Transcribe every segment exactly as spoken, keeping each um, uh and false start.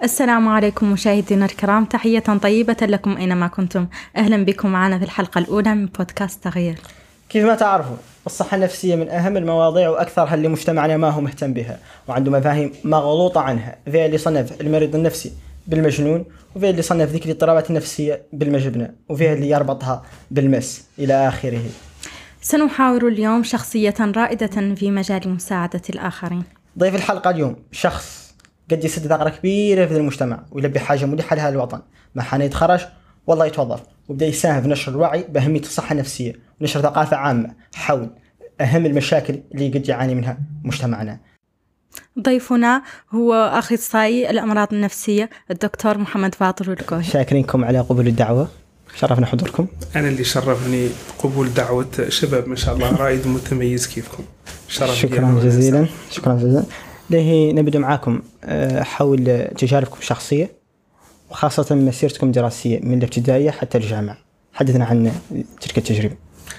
السلام عليكم مشاهدينا الكرام، تحية طيبة لكم أينما كنتم. أهلا بكم معنا في الحلقة الأولى من بودكاست تغيير. كيف ما تعرفوا الصحة النفسية من أهم المواضيع وأكثرها اللي مجتمعنا ما هو مهتم بها وعنده مفاهيم مغلوطة عنها. في اللي صنف المريض النفسي بالمجنون، وفي اللي صنف ذيك الاضطرابات النفسية بالمجبنة، وفي اللي يربطها بالمس إلى آخره. سنحاور اليوم شخصية رائدة في مجال مساعدة الآخرين. ضيف الحلقة اليوم شخص قد يسد ثغرة كبيرة في المجتمع ويلبي حاجة ملحة لها الوطن، ما حان يتخرج والله يتوظف، وبدأ يساهم في نشر الوعي بأهمية الصحة النفسية ونشر ثقافة عامة حول أهم المشاكل اللي قد يعاني منها مجتمعنا. ضيفنا هو أخصائي الأمراض النفسية الدكتور محمد فاضل الكوهي. شاكرينكم على قبول الدعوة، شرفنا حضوركم. أنا اللي شرفني قبول دعوة شباب ما شاء الله رائد متميز كيفكم. شكرا جزيلا. شكرا جزيلا. ليه نبدأ معاكم حول تجاربكم الشخصية وخاصة مسيرتكم الدراسية من الابتدائية حتى الجامعة. حدثنا عن تلك التجربة.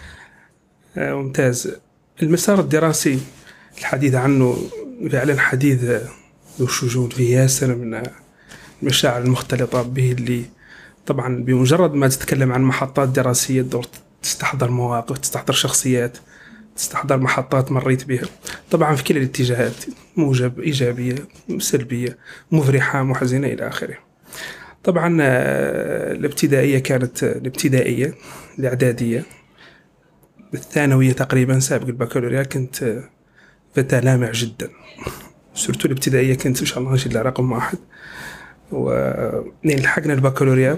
آه ممتاز. المسار الدراسي الحديث عنه فعلا حديث وشجون فيه ياسر من المشاعر المختلطة به، اللي طبعا بمجرد ما تتكلم عن محطات دراسية دور تستحضر مواقف، تستحضر شخصيات، تستحضر محطات مريت بها طبعا في كل الاتجاهات، موجب، إيجابية، سلبية، مفرحة، محزنة إلى آخره. طبعا الابتدائية كانت الابتدائية، الإعدادية، الثانوية تقريبا سابق البكالوريا كنت فتى لامع جدا، سورتو الابتدائية كنت إن شاء الله نجد رقم واحد. ولين لحقنا البكالوريا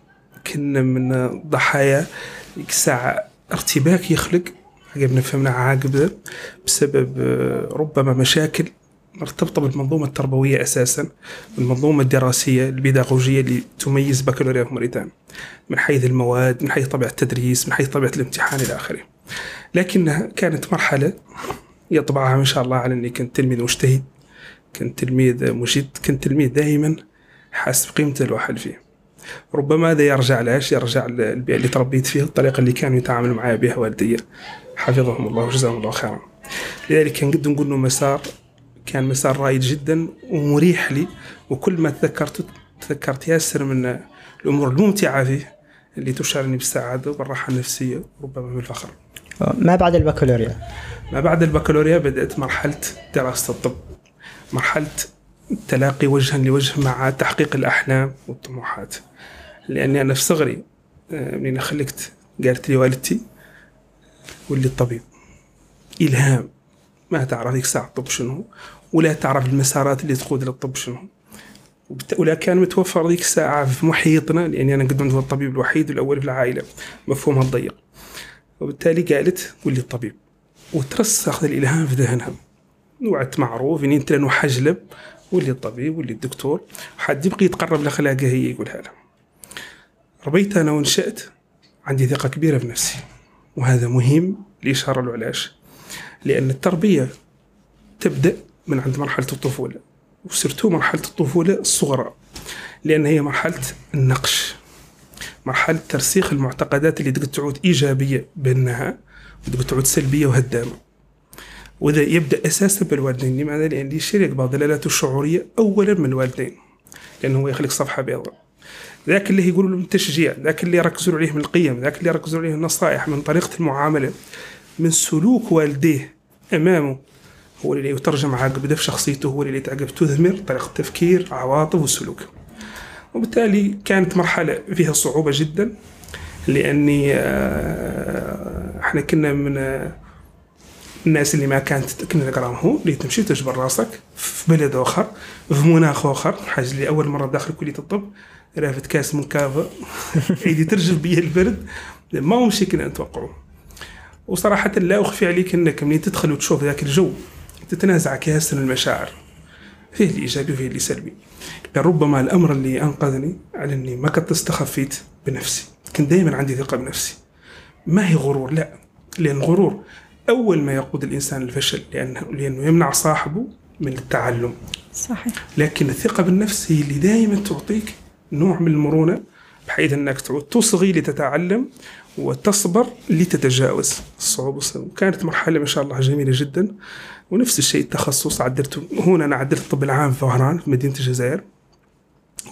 كنا من ضحايا ساعة ارتباك يخلق عقبنا فهمنا عاقبة بسبب ربما مشاكل مرتبطة بالمنظومة التربوية أساسا، بالمنظومة الدراسية البيداغوجية اللي تميز بكالوريا في موريتانيا من حيث المواد، من حيث طبيعة التدريس، من حيث طبيعة الامتحان إلى آخره. لكنها كانت مرحلة يطبعها ما شاء الله على أني كنت تلميذ مجتهد، كنت تلميذ مجد، كنت تلميذ دائما حاسب قيمة الواحد فيه. ربما هذا يرجع لاش يرجع للبيئة اللي تربيت فيها، الطريقة اللي كانوا يتعاملوا معايا بها والدي حفظهم الله وجزاهم الله خيرا. لذلك كان قد نقول إنه مسار كان مسار رائد جدا ومريح لي، وكل ما تذكرت تذكرت ياسر من الأمور الممتعة فيه اللي تشعرني بالسعادة وبالراحة النفسية وربما بالفخر. ما بعد البكالوريا ما بعد البكالوريا بدأت مرحلة دراسة الطب، مرحلة التلاقي وجها لوجه مع تحقيق الأحلام والطموحات. لأني أنا في صغري منين خلقت قالت لي والدتي ولي الطبيب، إلهام، ما تعرف ذيك ساعة الطب شنو ولا تعرف المسارات اللي تقود للطب شنو، ولا كان متوفر ذيك الساعة في محيطنا، لأني أنا قد هو الطبيب الوحيد والأول في العائلة مفهومها الضيق، وبالتالي قالت ولي الطبيب، وترسخ الإلهام في ذهنها. وعدت معروف إني أنت لأنه حجلب ولي الطبيب ولي الدكتور، وحد يبقى يتقرب لخلاقه هي يقولها له. ربيت أنا ونشأت عندي ثقة كبيرة في نفسي، وهذا مهم لإشهار العلاش، لأن التربية تبدأ من عند مرحلة الطفولة، وسرتو مرحلة الطفولة الصغرى، لأن هي مرحلة النقش، مرحلة ترسيخ المعتقدات اللي تقدر تعود إيجابية بأنها وتقدر تعود سلبية وهدامة. وإذا يبدأ أساسا بالوالدين. لماذا؟ لأن يشارك بعض الدلالات الشعورية أولا من الوالدين، لأنه هو يخلق صفحة بيضاء. ذاك اللي يقولوا له التشجيع، ذاك اللي يركزوا عليه من القيم، ذاك اللي يركزوا عليه النصائح، من طريقة المعاملة، من سلوك والديه أمامه، هو اللي يترجم عقب في شخصيته، هو اللي يتعقب تثمر طريقة التفكير، عواطف والسلوك. وبالتالي كانت مرحلة فيها صعوبة جدا، لأني احنا كنا من الناس اللي ما كانت كنا نقراهم، اللي تمشي تجبر راسك في بلد آخر في مناخ آخر. حاجة اللي أول مرة داخل كلية الطب رافت كاس من كافة عيدي ترجف بيه البرد، ما هو مشي كنا نتوقعه. وصراحة لا أخفي عليك أنك منين تدخل وتشوف ذاك الجو تتنازع كاس من المشاعر، فيه الإيجابي وفيه اللي سلبي. ربما الأمر اللي أنقذني على أني ما كنت استخفيت بنفسي، كنت دائما عندي ثقة بنفسي. ما هي غرور، لا، لأن الغرور أول ما يقود الإنسان الفشل، لأنه, لأنه يمنع صاحبه من التعلم. صحيح. لكن الثقة بالنفس هي اللي دائما تعطيك نوع من المرونة، بحيث أنك تعود تصغي لتتعلم وتصبر لتتجاوز الصعوبة. كانت مرحلة ما شاء الله جميلة جدا. ونفس الشيء التخصص عدلته هنا، أنا عدلت الطب العام في وهران في مدينة الجزائر،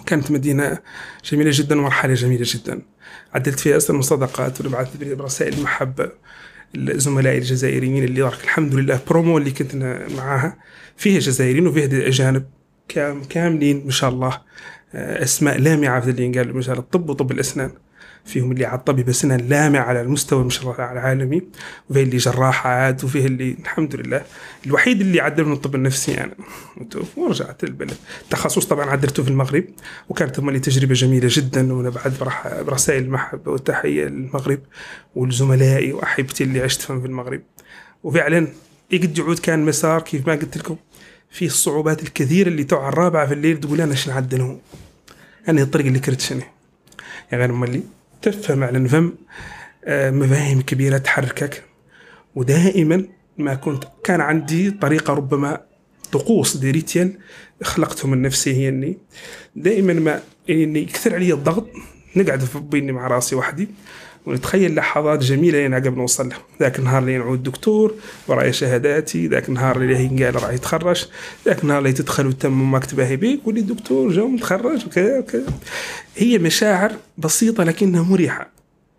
كانت مدينة جميلة جدا ومرحلة جميلة جدا، عدلت فيها أصلا مصادقات وبعثت برسائل محبة الزملاء الجزائريين اللي دارك الحمد لله برومو اللي كنت معاها فيها جزائريين وفيها أجانب كام كاملين ما شاء الله، أسماء لامعة في اللي قال مجال الطب وطب الأسنان، فيهم اللي على الطبيب أسنان لامع على المستوى ما شاء الله العالمي، وفيه اللي جراحات، وفيه اللي الحمد لله الوحيد اللي عدل من الطب النفسي أنا يعني. ورجعت البلد التخصص طبعا عدلته في المغرب، وكانت لي تجربة جميلة جدا، وأنا بعد برح برسائل المحبة والتحية للمغرب والزملائي وأحبتي اللي عشت فيهم في المغرب. وفعلا يقد يعود كان مسار كيف ما قلت لكم فيه الصعوبات الكثيرة اللي توع الرابعة في الليل تقول أنا شنو عدلهم أنا الطريق اللي كرت شنو يعني غير مالي تفهم على نفهم آه مفاهيم كبيرة تحركك. ودائما ما كنت كان عندي طريقة ربما طقوس دي ريتيال خلقتهم النفسي هي إني دائما ما إني يكثر علي الضغط نقعد في بيني مع راسي وحدي ونتخيل لحظات جميلة لين عقب نوصل له. ذاك النهار اللي نعود دكتور وراي شهاداتي، ذاك النهار اللي هي قال راح يتخرج، ذاك النهار اللي تدخل وتم مكتبه بيك واللي دكتور جو متخرج وكذا وكذا. هي مشاعر بسيطة لكنها مريحة،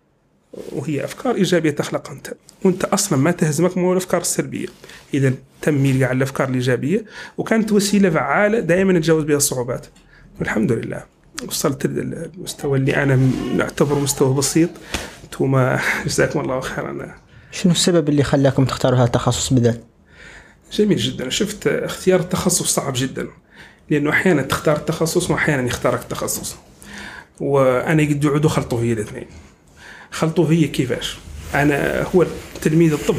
وهي أفكار إيجابية تخلق أنت، وأنت أصلا ما تهزمك مو الأفكار السلبية. إذا تميل على الأفكار الإيجابية، وكانت وسيلة فعالة دائما نتجاوز بها الصعوبات. والحمد لله وصلت للمستوى اللي أنا نعتبره مستوى بسيط. ثم جزاكم الله خيرا. شنو السبب اللي خلاكم تختاروا هذا التخصص بالذات؟ جميل جدا. شفت اختيار التخصص صعب جدا، لأنه أحيانا تختار التخصص وأحيانا يختارك التخصص، وأنا قد يعودوا خلطوا فيه الاثنين. خلطوا فيه كيفاش؟ أنا هو تلميذ الطب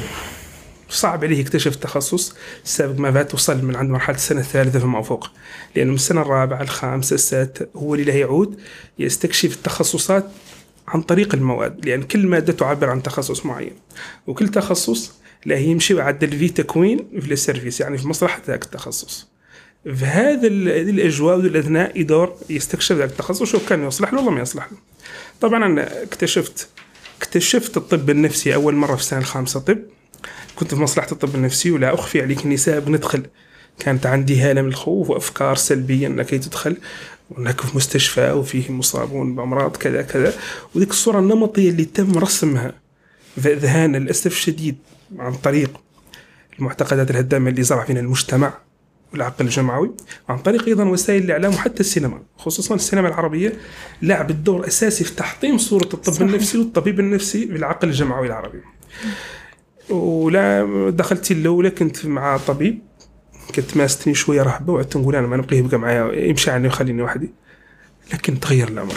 صعب عليه يكتشف التخصص سابق ما فات، وصل من عند مرحلة السنة الثالثة فما فوق، لأنه من السنة الرابعة الخامسة السادسة هو اللي له يعود يستكشف التخصصات عن طريق المواد، لأن كل مادة تعبر عن تخصص معين، وكل تخصص لا يمشي ويعدل فيه تكوين في السيرفيس يعني في مصلحة ذاك التخصص. في هذا الأجواء والأثناء يدور يستكشف ذاك التخصص شوف كان يصلح له ولا ما يصلح له. طبعا أنا اكتشفت اكتشفت الطب النفسي أول مرة في السنة الخامسة طب، كنت في مصلحة الطب النفسي، ولا أخفي عليك إني سابق ندخل كانت عندي هالة من الخوف وأفكار سلبية أنك تدخل وأنك في مستشفى وفيه مصابون بأمراض كذا كذا، وذيك الصورة النمطية اللي تم رسمها في أذهان للأسف الشديد عن طريق المعتقدات الهدامة اللي زرع فينا المجتمع والعقل الجمعوي، وعن طريق أيضا وسائل الإعلام وحتى السينما، خصوصا السينما العربية لعبت دور أساسي في تحطيم صورة الطب صحيح. النفسي والطبيب النفسي بالعقل الجمعوي العربي. ولا دخلت الأولى كنت مع طبيب كنت ماستني شوية رهبة، وعدت نقول أنا ما نبقيه يبقى معايا يمشي عني ويخليني وحدي، لكن تغير الأمر.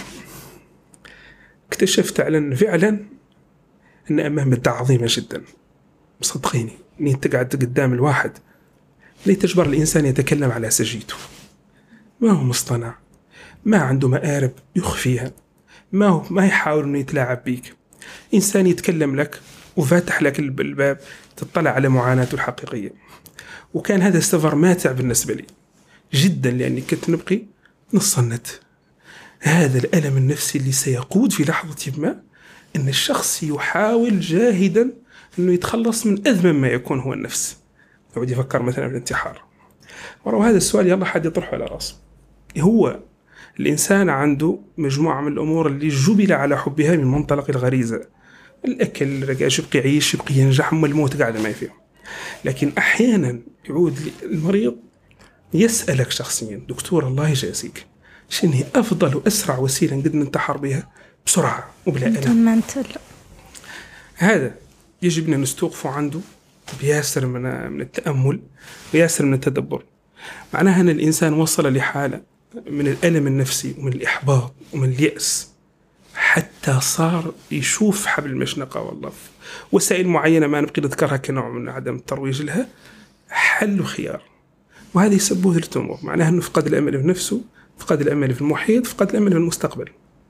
اكتشفت فعلا فعلا أن أمام مدة عظيمة جدا، صدقيني أن أنت قاعد قدام الواحد اللي تجبر الإنسان يتكلم على سجيته، ما هو مصطنع، ما عنده مآرب يخفيها، ما هو ما يحاول أنه يتلاعب بيك، إنسان يتكلم لك وفاتح لك الباب تطلع على معاناته الحقيقية. وكان هذا السفر ماتع بالنسبة لي جدا، لأني كنت نبقي نصنت هذا الألم النفسي اللي سيقود في لحظة ما أن الشخص يحاول جاهدا أنه يتخلص من أذمم ما يكون هو النفس، يقعد يفكر مثلا في الانتحار. وروا هذا السؤال يلا حد يطرحه على رأسه، هو الإنسان عنده مجموعة من الأمور اللي جبل على حبها من منطلق الغريزة، الأكل رجاش يبقي يعيش يبقي ينجح، أما الموت قاعد ما فيه. لكن أحيانا يعود المريض يسألك شخصيا دكتور الله يجازيك شنو هي أفضل وأسرع وسيلة نقدر ننتحر بها بسرعة وبلا ألم؟ هذا يجب أن نستوقف عنده بياسر من من التأمل وياسر من التدبر. معناها أن الإنسان وصل لحالة من الألم النفسي ومن الإحباط ومن اليأس حتى صار يشوف حبل المشنقة والله وسائل معينة ما نبقي نذكرها كنوع من عدم الترويج لها حل وخيار، وهذا يسبوه التمور. معناها أنه فقد الأمل في نفسه، فقد الأمل في المحيط، فقد الأمل في المستقبل.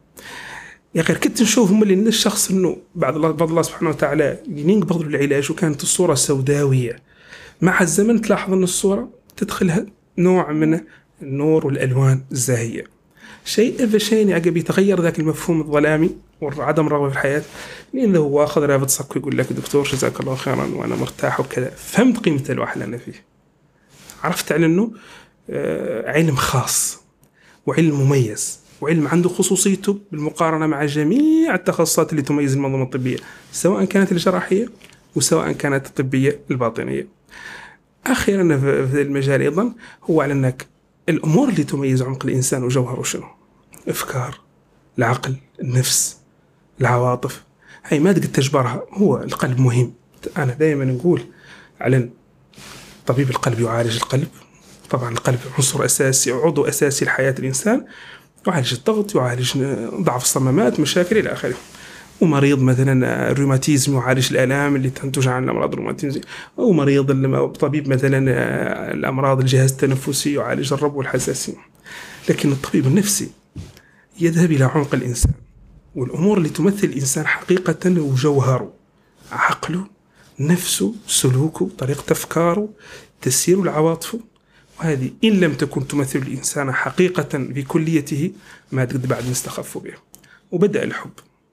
يا غير كنت نشوف هم اللي الشخص أنه بعد الله بعد الله سبحانه وتعالى ينقبض العلاج وكانت الصورة سوداوية، مع الزمن تلاحظ أن الصورة تدخلها نوع من النور والألوان الزاهية، شيء فشين عقب يتغير ذاك المفهوم الظلامي وعدم الرغبة في الحياة، لأنه هو أخذ رافض صك ويقول لك دكتور جزاك الله خيرا وأنا مرتاح وكذا. فهمت قيمة الواحد أنا فيه، عرفت على أنه علم خاص وعلم مميز، وعلم عنده خصوصيته بالمقارنة مع جميع التخصصات اللي تميز المنظومة الطبية، سواء كانت الجراحية وسواء كانت الطبية الباطنية. أخيرا في المجال أيضا هو على أنك الأمور اللي تميز عمق الإنسان وجوهره شنو؟ أفكار، العقل، النفس، العواطف، هاي ما تقدر تجبرها. هو القلب مهم. أنا دائما نقول على طبيب القلب يعالج القلب. طبعا القلب عنصر أساسي وعضو أساسي لحياة الإنسان، يعالج الضغط، يعالج ضعف الصمامات، مشاكل إلى آخره. ومريض مثلا الروماتيزم يعالج الآلام اللي تنتج عن الأمراض الروماتيزم، أو مريض طبيب مثلا الأمراض الجهاز التنفسي يعالج الربو والحساسية. لكن الطبيب النفسي يذهب إلى عمق الإنسان والأمور اللي تمثل الإنسان حقيقة وجوهره، عقله، نفسه، سلوكه، طريقة أفكاره، تسيير العواطف. وهذه إن لم تكن تمثل الإنسان حقيقة بكليته ما تقدر بعد نستخف به. وبدأ الحب.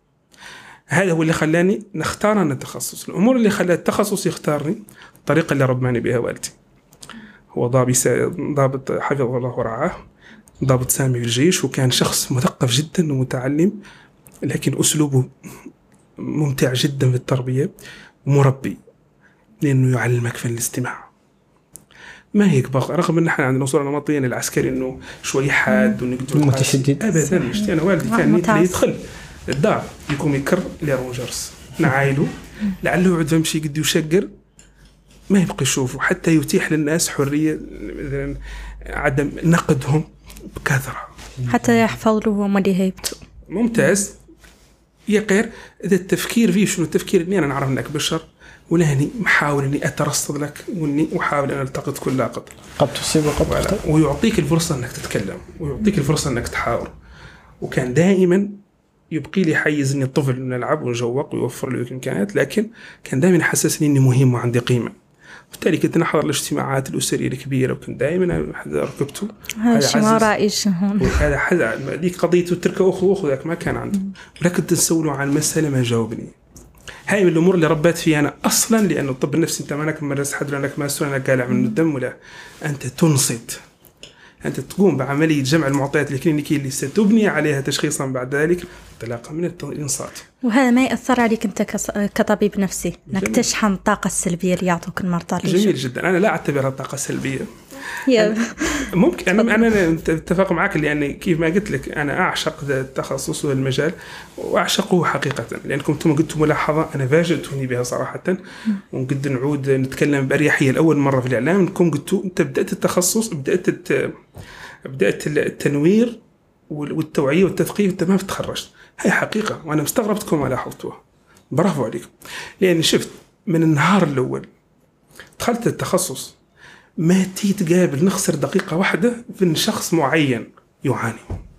هذا هو اللي خلاني نختار أن التخصص. الأمور اللي خلت التخصص يختارني الطريقة اللي رباني بها والدي. هو ضابط حفظه الله ورعاه، ضابط سامي في الجيش، وكان شخص مثقف جدا ومتعلم، لكن أسلوبه ممتع جدا في التربية، ومربي لأنه يعلمك في الاستماع. ما هيك بقى رغم ان احنا عندنا صوره نمطيه العسكري انه شوي حاد ونقدر متشدد ابدا. مش انا والدي كان يدخل الدار يكون يكر لي رونجرز نعايله لعله يقعد يمشي قد يشقر، ما يبقى يشوفه حتى يتيح للناس حريه مثلا عدم نقدهم بكثره، حتى يحفظ له مدي هيبته. ممتاز. يقير اذا التفكير فيه شنو التفكير اني انا نعرف انك بشر، ولهني محاول اني اترصد لك واني احاول ان التقط كل لاقط قد تصيب وقد تخطئ، ويعطيك الفرصه انك تتكلم ويعطيك الفرصه انك تحاور. وكان دائما يبقي لي حيز اني الطفل نلعب ونجوق ويوفر لي الامكانيات، لكن كان دائما يحسسني اني مهم وعندي قيمه. بالتالي كنت نحضر الاجتماعات الاسريه الكبيره، وكنت دائما ركبته. هذا شيء ما رأيش هون. هذا حدا ديك قضيته تركه اخو اخو ذاك ما كان عنده، ولكن تسولوا عن مساله ما جاوبني. هاي من الامور اللي ربيت فيها انا اصلا، لانه الطب النفسي انت مانك ممارس حد انك مسؤول انك قالع من الدم، ولا انت تنصت، انت تقوم بعمليه جمع المعطيات الكلينيكيه اللي ستبني عليها تشخيصا بعد ذلك انطلاقا من الانصات. وهذا ما ياثر عليك انت كطبيب نفسي انك تشحن الطاقه السلبيه اللي يعطوك المرضى؟ جميل جدا. انا لا اعتبرها طاقه سلبيه. ممكن انا انا اتفق معك، لان كيف ما قلت لك انا اعشق التخصص والمجال واعشقه حقيقه، لانكم انتم قلتوا ملاحظه انا فاجئتوني بها صراحه، ونقد نعود نتكلم باريحيه لاول مره في الاعلام. انكم قلتوا انت بدات التخصص، بدات بدات التنوير والتوعيه والتثقيف انت ما تخرجت. هي حقيقه وانا مستغربتكم ما لاحظتوها. برافو عليكم. لان شفت من النهار الاول دخلت التخصص ما تي تقابل نخسر دقيقة واحدة في شخص معين يعاني.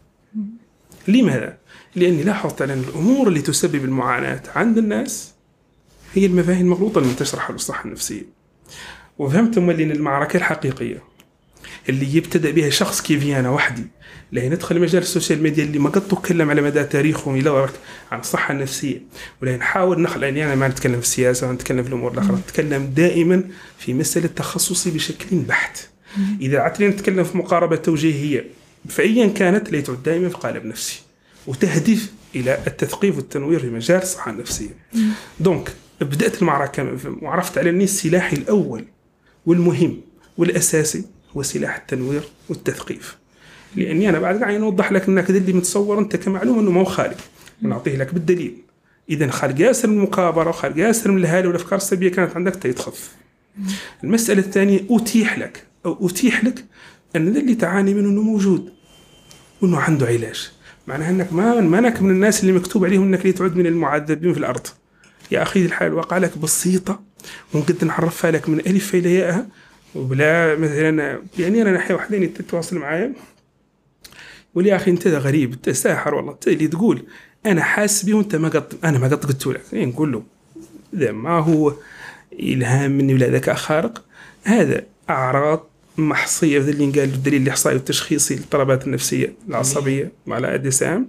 لماذا؟ لأني لاحظت أن الأمور اللي تسبب المعاناة عند الناس هي المفاهيم المغلوطة اللي تشرحها للصحة النفسية. وفهمت أن المعركة الحقيقية اللي يبتدأ بها شخص كيفي أنا وحدي لا ندخل مجال السوشيال ميديا اللي ما قد تكلم على مدى تاريخهم إلى ورك عن الصحة النفسية، ولا نحاول نخل يعني أنا ما نتكلم في السياسة ولا نتكلم في الأمور الأخرى، نتكلم دائما في مسألة تخصصي بشكل بحت. إذا عتلي نتكلم في مقاربة توجيهية فأيا كانت لا تعد دائما في قالب نفسي وتهدف إلى التثقيف والتنوير في مجال الصحة النفسية. دونك بدأت المعركة وعرفت على أني السلاح الأول والمهم والأساسي هو سلاح التنوير والتثقيف. لأني أنا بعد قاعد نوضح لك أنك اللي متصور أنت كمعلومة أنه ما هو خالق، ونعطيه لك بالدليل. إذا خالق ياسر من المكابرة وخالق ياسر من الهالة والأفكار السلبية كانت عندك تيتخف. المسألة الثانية أتيح لك أو أتيح لك أن اللي تعاني منه أنه موجود وأنه عنده علاج. معناها أنك ما مانك من الناس اللي مكتوب عليهم أنك اللي تعد من المعذبين في الأرض. يا أخي الحال واقع لك بسيطة وممكن نعرفها لك من ألف إلى ياءها، وبلا مثلا يعني أنا نحيا واحدين تتواصل معايا ولي أخي أنت غريب أنت ساحر والله، أنت اللي تقول أنا حاس به وأنت ما قد أنا ما قد قلت لك. يعني نقول له إذا ما هو إلهام مني ولا ذكاء خارق، هذا أعراض محصية في اللي قال الدليل الإحصائي والتشخيصي للاضطرابات النفسية العصبية مع الأدسام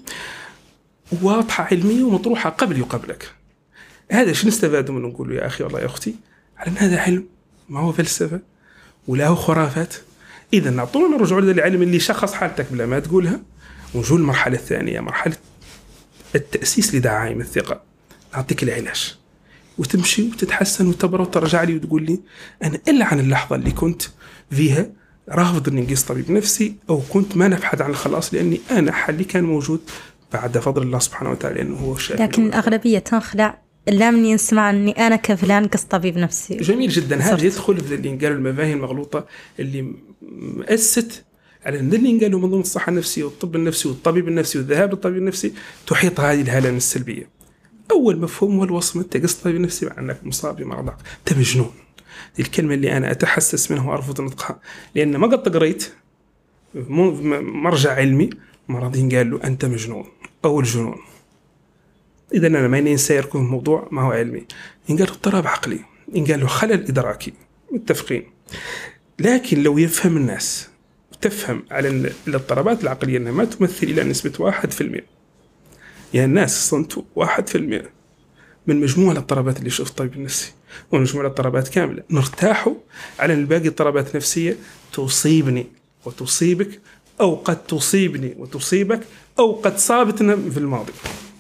واضحة علمية ومطروحة قبل وقبلك. هذا شو نستفاد منه؟ نقول له يا أخي والله يا أختي على أن هذا علم ما هو فلسفة ولا هو خرافات، إذا نعطونا نرجع للعلم اللي شخص حالتك بلا ما تقولها، ونجول المرحلة الثانية، مرحلة التأسيس لدعائم الثقة. نعطيك العلاج وتمشي وتتحسن وتبرى وترجع لي وتقول لي أنا إلا عن اللحظة اللي كنت فيها رافض أني نقيس طبيب نفسي، أو كنت ما نبحث عن الخلاص، لأني أنا حلي كان موجود بعد فضل الله سبحانه وتعالى لأنه هو الشافي. لكن الأغلبية تنخلع لا من يسمع أني أنا كفلان قص طبيب نفسي. جميل جدا. هذا يدخل في اللي قالوا المفاهيم المغلوطة اللي مؤسست على أن اللي قالوا منظومة الصحة النفسية والطب النفسي والطبيب النفسي والذهاب للطبيب النفسي تحيط هذه الهالة السلبية. أول مفهوم هو الوصم. أنت قص طبيب نفسي مع أنك مصاب بمرض عقلي، أنت مجنون. دي الكلمة اللي أنا أتحسس منها وأرفض نطقها، لأن ما قد قريت مرجع علمي مرضين قال له أنت مجنون أو الجنون. إذا أنا ما ينسى يركون موضوع ما هو علمي. إن قالوا اضطراب عقلي، إن قالوا خلل إدراكي، متفقين. لكن لو يفهم الناس وتفهم على أن الاضطرابات العقلية أنها ما تمثل إلى نسبة واحد في المئة، يعني الناس صنتوا واحد في المئة من مجموع الاضطرابات اللي شوف الطبيب النفسي ومجموع الاضطرابات كاملة، نرتاحوا على أن الباقي اضطرابات نفسية تصيبني وتصيبك، أو قد تصيبني وتصيبك، أو قد صابتنا في الماضي.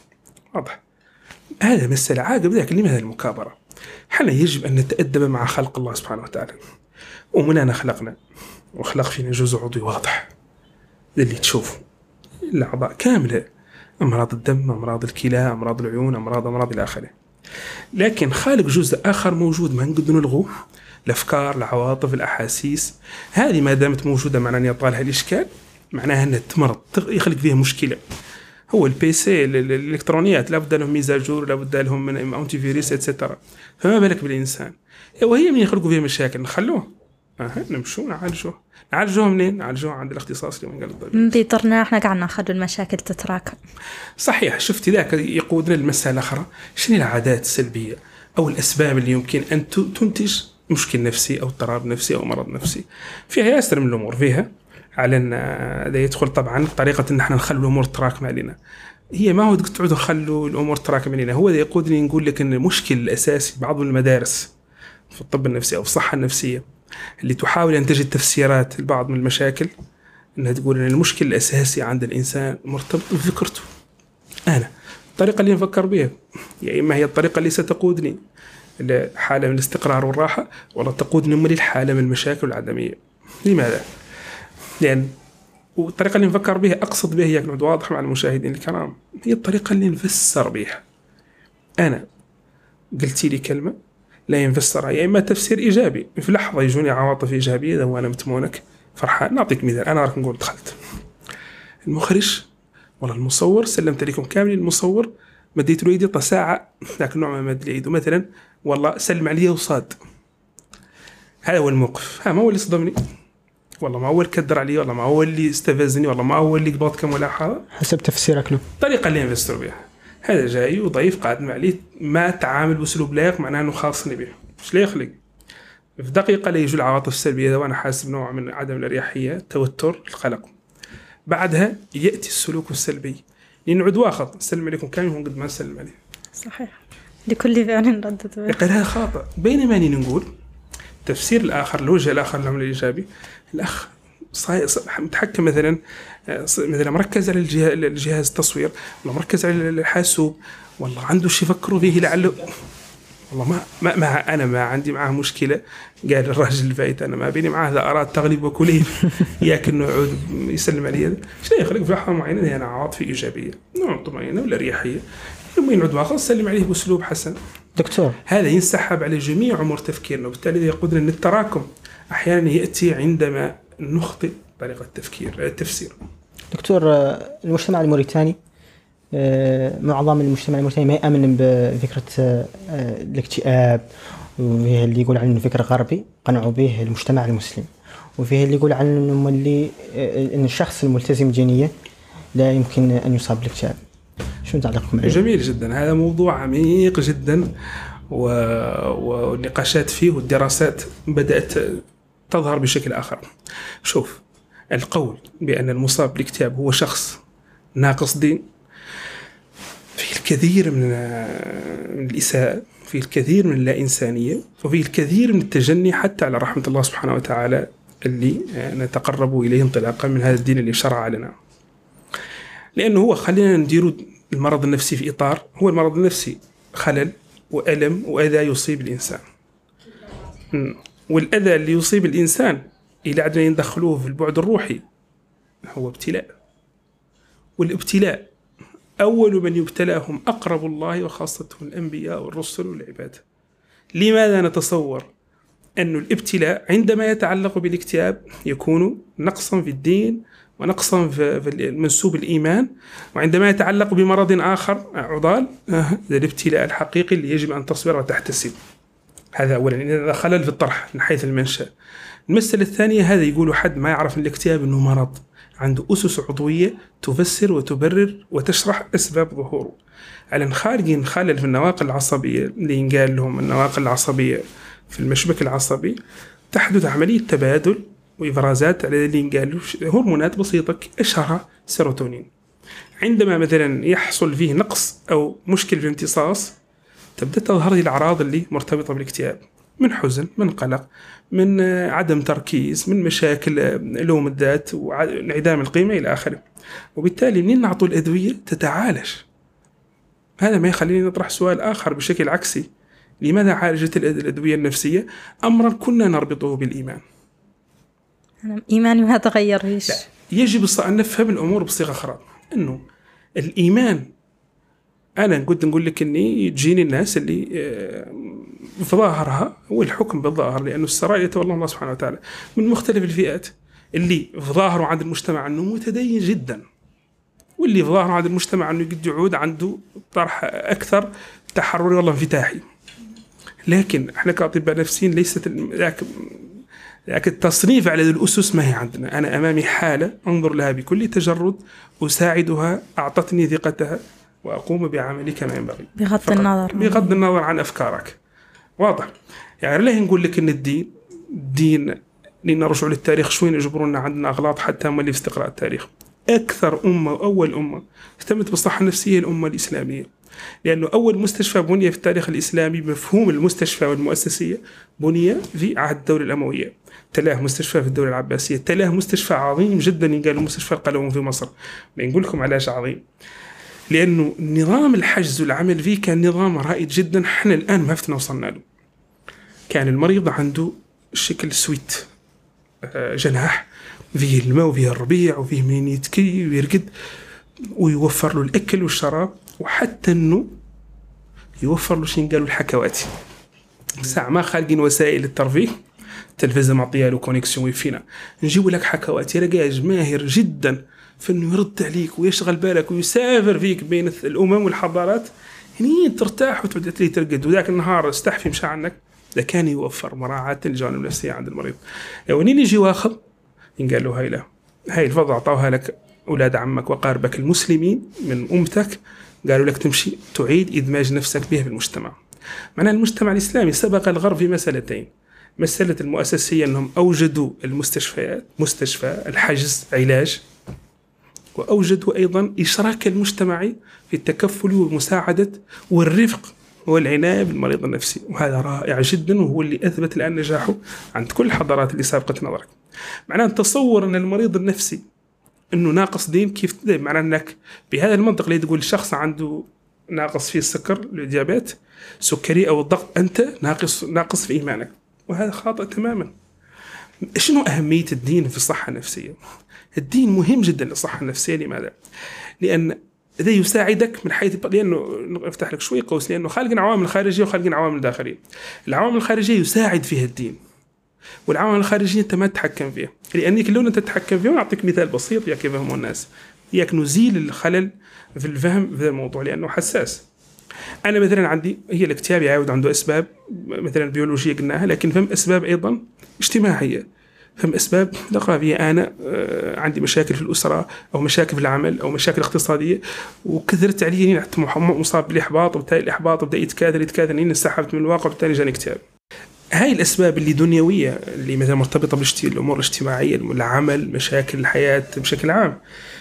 واضح؟ هذا مسألة عاقب ذاك. لماذا المكابرة؟ حنا يجب أن نتأدب مع خلق الله سبحانه وتعالى، ومننا خلقنا وخلق فينا جزء عضوي واضح اللي تشوفه الأعضاء كاملة، أمراض الدم، أمراض الكلى، أمراض العيون، أمراض أمراض إلى آخره. لكن خالق جزء آخر موجود ما نقدر نلغوه، الأفكار، العواطف، الأحاسيس. هذه ما دامت موجودة معناها أن يطالها الإشكال، معناها أنها تمرض، يخلق فيها مشكلة. هو البي سي الإلكترونيات لابد لهم ميزاجور، لابد لهم من أنتي فيروس إتسترا، فما بالك بالإنسان؟ وهي من يخلقوا فيها مشاكل نخلوه أه نمشوا نعالجوه. نعالجوه منين؟ نعالجوه عند الاختصاص اللي من قال الطبيب. بيضرنا احنا قاعد ناخذ المشاكل تتراكم. صحيح. شفت ذاك يقودنا للمسألة الأخرى، شنو العادات السلبية أو الأسباب اللي يمكن أن تنتج مشكل نفسي أو اضطراب نفسي أو مرض نفسي. فيها ياسر من الأمور، فيها على أن هذا يدخل طبعا طريقة أن احنا نخلو الأمور تراكم علينا. هي ما هو تقعدوا نخلوا الأمور تراكم علينا، هو يقودني نقول لك أن المشكل الأساسي بعض المدارس في الطب النفسي أو الصحة النفسية اللي تحاول أن تجد تفسيرات لبعض من المشاكل، أنها تقول أن المشكل الأساسي عند الإنسان مرتبط بفكرته. أنا الطريقة اللي نفكر بها يا إما هي الطريقة اللي ستقودني لحالة من الاستقرار والراحة، ولا تقودني من الحالة من المشاكل والعدمية. لماذا؟ لأن والطريقة اللي نفكر بها أقصد بها، هي كنت واضح مع المشاهدين الكرام، هي الطريقة اللي نفسر بها. أنا قلتي لي كلمة لا ينفسرها، يا إما تفسير إيجابي، في لحظة يجوني عواطف إيجابية إذا وأنا متمونك فرحان. نعطيك مثال، أنا راك نقول دخلت المخرج ولا المصور، سلمت عليكم كامل، المصور مديت له يدي طا ساعة ذاك النوع ما مد لي يده مثلا، والله سلم علي وصاد. هذا هو الموقف، ها ما هو اللي صدمني، والله ما هو اللي كدر علي، والله ما هو اللي استفزني، والله ما هو اللي قبض كم ملاحظة، حسب تفسيرك له. الطريقة اللي نفسر بها. هذا جاي وضيف قاعد معلي ما تعامل بأسلوب لائق، معناه إنه خاصني به. إيش لا يخلق في دقيقة لا يجوا العواطف السلبية، وأنا حاسس بنوع من عدم الأريحية، التوتر، القلق. بعدها يأتي السلوك السلبي، لنعد واخذ سلم عليكم كامل قد ما سلم عليه. صحيح، لكل فعل ردة فعل. هذا خاطئ. بينما نقول تفسير الآخر، الوجه الآخر للعمل الإيجابي، الأخ متحكم مثلا مثلا مركز على الجهاز التصوير، ولا مركز على الحاسوب، والله عنده شيء يفكروا به لعله، والله ما ما, ما أنا ما عندي معه مشكلة. قال الراجل الفايت أنا ما بيني معه إذا أراد تغلب وكليه ياكل يعود يسلم علي. هذا شنو يخلق في لحظة معينة هي أنا عاطفة إيجابية، نوع طمأنينة ولا ريحية، يوم ينعد واخر سلم عليه بأسلوب حسن. دكتور، هذا ينسحب على جميع أمور تفكيرنا، وبالتالي يقودنا أن التراكم أحيانا يأتي عندما نخطئ طريقة التفكير التفسير. دكتور، المجتمع الموريتاني، معظم المجتمع الموريتاني ما يؤمن بفكرة الاكتئاب، وفيه اللي يقول عنه فكر غربي قنعوا به المجتمع المسلم، وفيه اللي يقول عنه اللي أن الشخص الملتزم دينيا لا يمكن أن يصاب بالاكتئاب. شو تعليقكم عليه؟ جميل جدا، هذا موضوع عميق جدا، والنقاشات فيه والدراسات بدأت تظهر بشكل آخر. شوف، القول بأن المصاب بالاكتئاب هو شخص ناقص دين فيه الكثير من الإساءة، فيه الكثير من اللا إنسانية، وفيه الكثير من التجني حتى على رحمة الله سبحانه وتعالى اللي نتقرب إليه انطلاقا من هذا الدين اللي شرع لنا. لأنه هو خلينا نديروا المرض النفسي في إطار، هو المرض النفسي خلل وألم وأذى يصيب الإنسان، والأذى اللي يصيب الإنسان إلى عدنا يندخلوه في البعد الروحي هو ابتلاء، والابتلاء أول من يبتلاهم أقرب الله وخاصته الأنبياء والرسل والعباد. لماذا نتصور أن الابتلاء عندما يتعلق بالاكتئاب يكون نقصا في الدين ونقصا في منسوب الإيمان، وعندما يتعلق بمرض آخر عضال هذا الابتلاء الحقيقي اللي يجب أن تصبر وتحتسب. هذا أولا، إذا خلل في الطرح من حيث المنشأ. المسألة الثانية، هذا يقول حد ما يعرف أن الاكتئاب أنه مرض عنده أسس عضوية تفسر وتبرر وتشرح أسباب ظهوره. على خارجين خلل في النواقل العصبية اللي ينقال لهم النواقل العصبية في المشبك العصبي، تحدث عملية تبادل وإفرازات على اللي ينقال هرمونات بسيطة أشهرها سيروتونين. عندما مثلا يحصل فيه نقص أو مشكل في الامتصاص تبدأ تظهر الأعراض اللي مرتبطة بالاكتئاب، من حزن، من قلق، من عدم تركيز، من مشاكل لوم الذات وانعدام القيمة إلى آخره. وبالتالي منين نعطوا الأدوية تتعالج. هذا ما يخليني نطرح سؤال آخر بشكل عكسي، لماذا عالجت الأدوية النفسية أمرا كنا نربطه بالإيمان؟ أنا إيماني ما تغير فيش. لا، يجب أن نفهم الأمور بصيغة أخرى، أنه الإيمان أنا كنت نقول لك أني تجيني الناس اللي في ظاهرها هو الحكم بالظاهر، لأنه السرائر يتولى الله سبحانه وتعالى، من مختلف الفئات، اللي في ظاهره عند المجتمع أنه متدين جدا، واللي في ظاهره عند المجتمع أنه قد يعود عنده طرح أكثر تحرري والله انفتاحي. لكن احنا كأطباء نفسيين ليست ذاك لكن التصنيف على الأسس ما هي عندنا. أنا أمامي حالة أنظر لها بكل تجرد، أساعدها، أعطتني ثقتها، وأقوم بعملي كما ينبغي بغض النظر بغض النظر عن أفكارك. واضح؟ يعني ليه نقول لك إن الدين الدين لنرجع للتاريخ شوي يجبرونا عندنا أغلاط حتى هم اللي في استقراء التاريخ. أكثر أمة وأول أمة اهتمت بالصحة النفسية الأمة الإسلامية، لأنه أول مستشفى بني في التاريخ الإسلامي، مفهوم المستشفى والمؤسسية بني في عهد الدولة الأموية، تلاه مستشفى في الدولة العباسية، تلاه مستشفى عظيم جدا ينقال مستشفى القلوون في مصر. نقول لكم علاش عظيم، لأنه نظام الحجز والعمل فيه كان نظام رائد جدا، احنا الآن ما فتنا وصلنا له. كان المريض عنده شكل سويت، جناح فيه الماء وفيه الربيع وفيه منين يتكي ويرقد، ويوفر له الأكل والشراب، وحتى أنه يوفر له شيء قالوا الحكواتي. ساعة ما خالقين وسائل الترفيه، تلفزة معطيها له كونيكسيون ويفينا، نجيب لك حكواتي رجاج ماهر جدا في أنه يرد عليك ويشغل بالك ويسافر فيك بين الأمم والحضارات، يعني ترتاح وتبدأ لي ترقد، وذاك النهار استحفي مشى عنك. ده كان يوفر مراعاة الجوانب النفسية عند المريض. ونين يجي واخذ ينقال له هاي لا هاي الفضل أعطوها لك أولاد عمك وقاربك المسلمين من أمتك، قالوا لك تمشي تعيد إدماج نفسك به في المجتمع. معنى المجتمع الإسلامي سبق الغرب في مسألتين، مسألة المؤسسية أنهم أوجدوا المستشفيات، مستشفى الحجز علاج، وأوجدوا أيضا إشراك المجتمعي في التكفل والمساعدة والرفق والعناية بالمريض النفسي، وهذا رائع جدا، وهو اللي أثبت الآن نجاحه عند كل الحضارات اللي سابقت نظرك. معناه تصور أن المريض النفسي أنه ناقص دين، كيف معناه أنك بهذا المنطق اللي تقول الشخص عنده ناقص فيه السكر، الديابيت، سكري أو الضغط، أنت ناقص ناقص في إيمانك، وهذا خاطئ تماما. شنو أهمية الدين في الصحة النفسية؟ الدين مهم جدا للصحة النفسية. لماذا؟ لأن إذا يساعدك من حيث، لأنه أفتح لك شوي قوس، لأنه خالقين عوامل خارجية وخالقين عوامل داخلية. العوامل الخارجية يساعد فيها الدين، والعوامل الخارجية أنت ما تتحكم فيها، لأنك لو أنت تتحكم فيها. أعطيك مثال بسيط يا كيف يفهمون الناس، ياك نزيل الخلل في الفهم في هذا الموضوع لأنه حساس. أنا مثلا عندي هي الاكتئاب يعود عنده أسباب مثلا بيولوجية قلناها، لكن فهم أسباب أيضا اجتماعية، فهم أسباب ثقافية. أنا عندي مشاكل في الأسرة أو مشاكل في العمل أو مشاكل اقتصادية، وكثرت علي مصاب بالإحباط، وبالتالي الإحباط بدأ يتكاثر يتكاثر إني انسحبت من الواقع، وبالتالي جاني اكتئاب. هاي الأسباب اللي دنيوية اللي مثلا مرتبطة بالأمور الاجتماعية، العمل، مشاكل الحياة بشكل عام.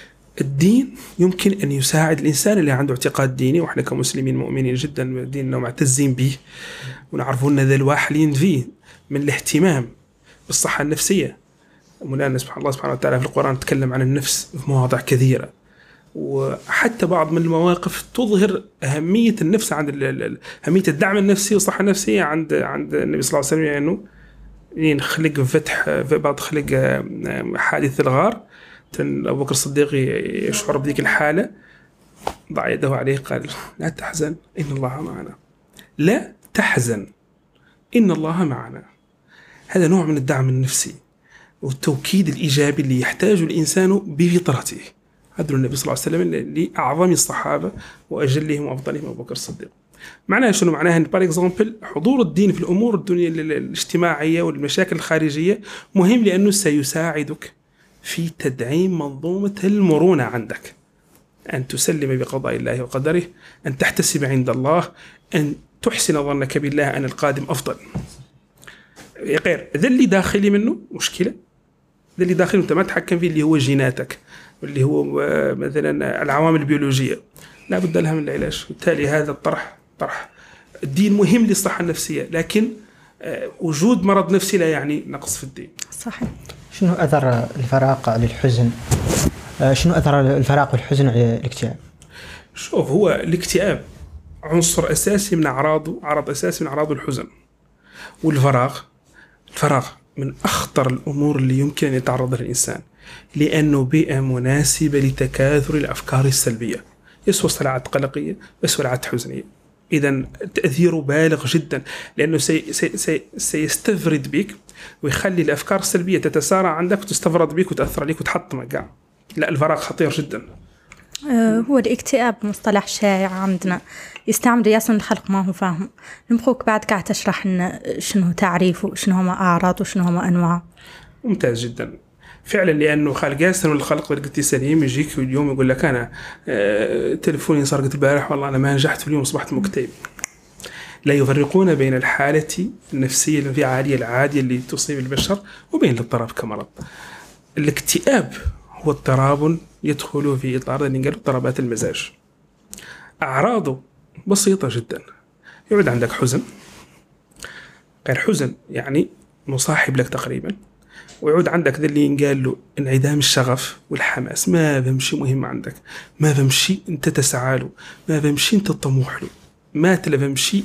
الدين يمكن أن يساعد الإنسان اللي عنده اعتقاد ديني، وإحنا كمسلمين مؤمنين جدا ديننا ومعتزين به، ونعرفون ذا الواحلين فيه من الاهتمام بالصحة النفسية، مولانا سبحان الله سبحانه وتعالى في القرآن تكلم عن النفس في مواضع كثيرة، وحتى بعض من المواقف تظهر أهمية النفس عند أهمية الدعم النفسي والصحة النفسية عند عند النبي صلى الله عليه وسلم. يعني إنه يعني خلق فتح في بعض خلق حادث الغار، أبو بكر الصديق يشعر بذيك الحالة، ضع يده عليه قال لا تحزن إن الله معنا، لا تحزن إن الله معنا. هذا نوع من الدعم النفسي والتوكيد الإيجابي اللي يحتاج الإنسان بفطرته. هذا النبي صلى الله عليه وسلم لأعظم الصحابة وأجلهم وأفضلهم أبو بكر الصديق. معناها شنو؟ معناها أن بار إكزامبل حضور الدين في الأمور الدنيا الاجتماعية والمشاكل الخارجية مهم، لأنه سيساعدك في تدعيم منظومة المرونة عندك، أن تسلم بقضاء الله وقدره، أن تحتسب عند الله، أن تحسن ظنك بالله أن القادم أفضل. غير ذا اللي داخلي منه مشكلة، ذا اللي داخلي أنت ما تحكم فيه، اللي هو جيناتك واللي هو مثلا العوامل البيولوجية، لا بد لها من العلاج. بالتالي هذا الطرح طرح الدين مهم للصحة النفسية، لكن وجود مرض نفسي لا يعني نقص في الدين. صحيح. شنو أثر الفراق على الحزن؟ شنو أثر الفراق والحزن على الاكتئاب؟ شوف، هو الاكتئاب عنصر أساسي من أعراضه، عرض أساسي من أعراض الحزن. والفراغ الفراغ من أخطر الأمور اللي يمكن أن يتعرض لها الإنسان، لأنه بيئة مناسبة لتكاثر الأفكار السلبية، يسوى صراعات قلقية يسوى صراعات حزنية. إذن تأثيره بالغ جدا، لأنه سي سي سي سيستفرد بك ويخلي الأفكار السلبية تتسارع عندك وتستفرد بك وتأثر عليك وتحطمك قاع. لا، الفراغ خطير جدا. هو الاكتئاب مصطلح شائع عندنا يستعمل ياسن الخلق ما هو فاهم. نبغوك بعد قاعد تشرح لنا شنو تعريفه، شنو هما أعراضه، شنو هما أنواعه. ممتاز جدا فعلا، لأنه خالق ياسن الخلق قلت سليم يجيك اليوم يقول لك أنا آه تلفوني سرقت البارح والله أنا ما نجحت في اليوم أصبحت مكتئب. لا يفرقون بين الحالة النفسية الانفعالية العادية اللي تصيب البشر وبين الاضطراب كمرض. الاكتئاب هو اضطراب يدخل في إطار اللي قالوا اضطرابات المزاج. أعراضه بسيطة جدا، يعود عندك حزن، غير حزن يعني مصاحب لك تقريبا، ويعود عندك ذا اللي ينقال له انعدام الشغف والحماس، ما بمشي مهم عندك، ما بمشي انت تسعى له، ما بمشي انت تطمح له، ما تلا بمشي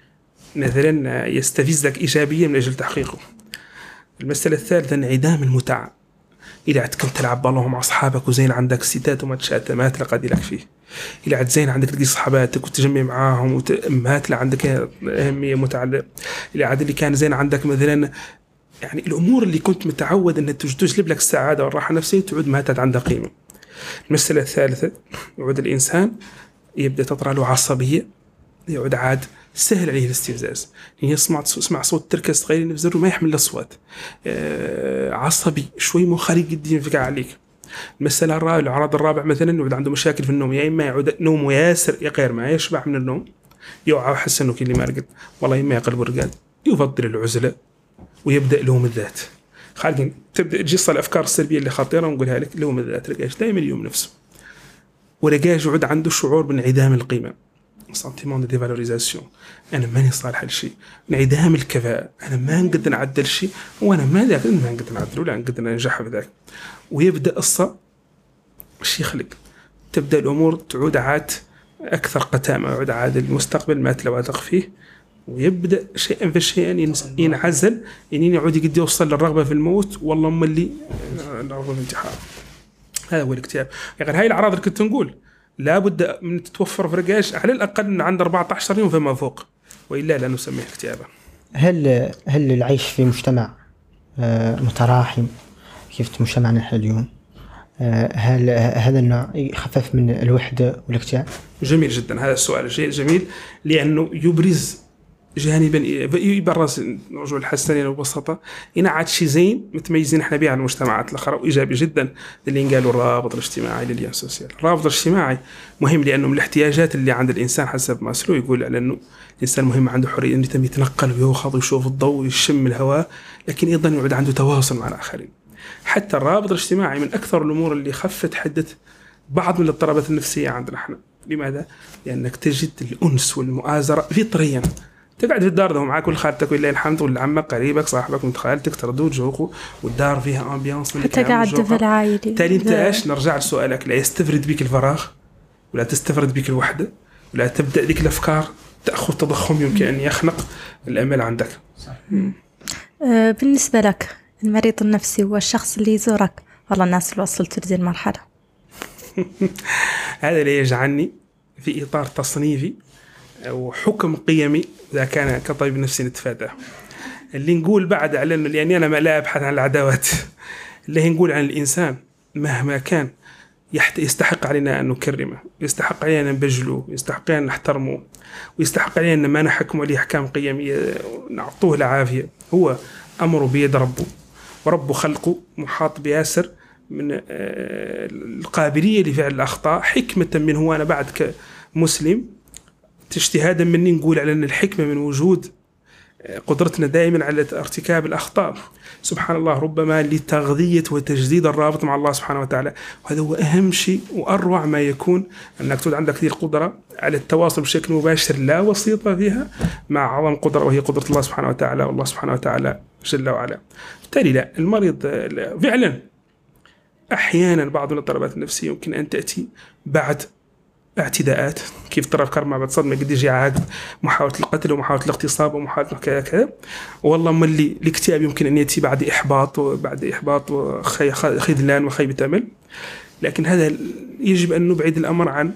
مثلا يستفزك إيجابيا من أجل تحقيقه. المسألة الثالثة انعدام المتعة، إذا عاد كنت تلعب بالله مع أصحابك وزين عندك ستات وماتشات ما تلقى لك فيه، إذا عاد زين عندك تلقي صحباتك وتجمع معاهم وما تلا عندك أهمية متعة، إذا عاد اللي كان زين عندك مثلا يعني الأمور اللي كنت متعود أن تجلب لك السعادة والراحة النفسية تعود ما تد عندها قيمة. المسألة الثالثة يعود الإنسان يبدأ تطرأ له عصبية، يعود عاد سهل عليه الاستفزاز، يعني يسمع يسمع صوت تركة صغيرة في زره ما يحمل الأصوات، آه عصبي شوي مخارج الدين فيك عليك. المسألة الرابعة العرض الرابع مثلا يعود عنده مشاكل في النوم، يا إما يعود نومه ياسر يغير ما يشبع من النوم، يوعى وحس إنه كل ما رقد والله إما يقلب ورقاد، يفضل العزلة ويبدأ لوم الذات. خالقين تبدأ تجيص الأفكار السلبية اللي خطيرة ونقولها لك، لوم الذات رجاش دائما اليوم نفسه، ورجاش يعود عنده شعور بانعدام القيمة، سنتيمون دي ديفالوريزاسيون، أنا ماني صالح لشيء، انعدام الكفاءة، أنا ما نقدر نعدل شيء وأنا ما ذاك ما نقدر نعدل ولا نقدر ننجح في ذاك. ويبدأ قصة شيء يخلق، تبدأ الأمور تعود عاد أكثر قتامة، يعود عاد المستقبل ما تلواثق فيه، ويبدأ شيئا فشيئا ينعزل، يعني يعود يقد يوصل للرغبة في الموت والله أم اللي الرغبة في الانتحار. هذا هو الاكتئاب. يعني هاي الأعراض اللي كنت نقول لابد من تتوفر في رقاش على الأقل عند أربعة عشر يوم فما فوق، وإلا لا نسميه اكتئابا. هل هل العيش في مجتمع متراحم كيف مجتمعنا نحن اليوم، هل هذا النوع يخفف من الوحدة والاكتئاب؟ جميل جدا هذا السؤال جميل، لأنه يبرز جانبا يبرز رجل الحسنين وبساطة إن عاد شيء زين متميزين إحنا بيه عن المجتمعات الأخرى، وإيجابي جدا اللي قالوا الرابط الاجتماعي لليان سوسيال. الرابط الاجتماعي مهم لأنه من الاحتياجات اللي عند الإنسان حسب ماسلو يقول على أنه الإنسان مهم عنده حرية أن يتنقل ويأخذ ويشوف الضوء ويشم الهواء، لكن أيضا يعود عنده تواصل مع الآخرين. حتى الرابط الاجتماعي من أكثر الأمور اللي خفت حدة بعض من الاضطرابات النفسية عندنا إحنا. لماذا؟ لأنك تجد الأنس والمؤازرة فطريا، تقعد في الدار ده معاك والخالتك والله الحمد والله عمك قريبك صاحبك وانت خالتك تردوا تجوقوا والدار فيها امبيانس حتى قاعد في العائله. تالي انت ايش نرجع لسؤالك، لا يستفرد بك الفراغ ولا تستفرد بك الوحده ولا تبدا ذيك الافكار تاخذ تضخم يمكن ان يخنق الامل عندك. أه بالنسبه لك المريض النفسي هو الشخص اللي يزورك والله الناس اللي وصلت لهذه المرحله؟ هذا اللي يجعلني في اطار تصنيفي أو حكم قيمي إذا كان كطبيب نفسي نتفاداه. اللي نقول بعد على إنه لأني أنا ما لا أبحث عن العداوات، اللي نقول عن الإنسان مهما كان يستحق علينا أن نكرمه، يستحق علينا أن نبجله، يستحق علينا أن نحترمه، ويستحق علينا أن ما نحكم عليه أحكام قيمية نعطوه العافية. هو أمره بيد ربه، وربه خلقه محاط بياسر من القابلية لفعل الأخطاء حكمة منه. وأنا بعد كمسلم اجتهادا مني نقول على أن الحكمة من وجود قدرتنا دائما على ارتكاب الأخطاء سبحان الله، ربما لتغذية وتجديد الرابط مع الله سبحانه وتعالى. وهذا هو أهم شيء وأروع ما يكون، أنك تكون عندك هذه القدرة على التواصل بشكل مباشر لا وسيط فيها مع أعظم قدرة وهي قدرة الله سبحانه وتعالى، والله سبحانه وتعالى جل وعلا. بالتالي لا المريض لا فعلا أحيانا بعض من الاضطرابات النفسية يمكن أن تأتي بعد اعتداءات، كيف ترى أفكار ما بعد صدمة قد يجي عاقب محاولة القتل ومحاولة الاغتصاب ومحاولة كذا كذا. والله ما اللي الاكتئاب يمكن أن يأتي بعد إحباط وبعد إحباط وخذلان وخيبة أمل. لكن هذا يجب أن نبعد الأمر عن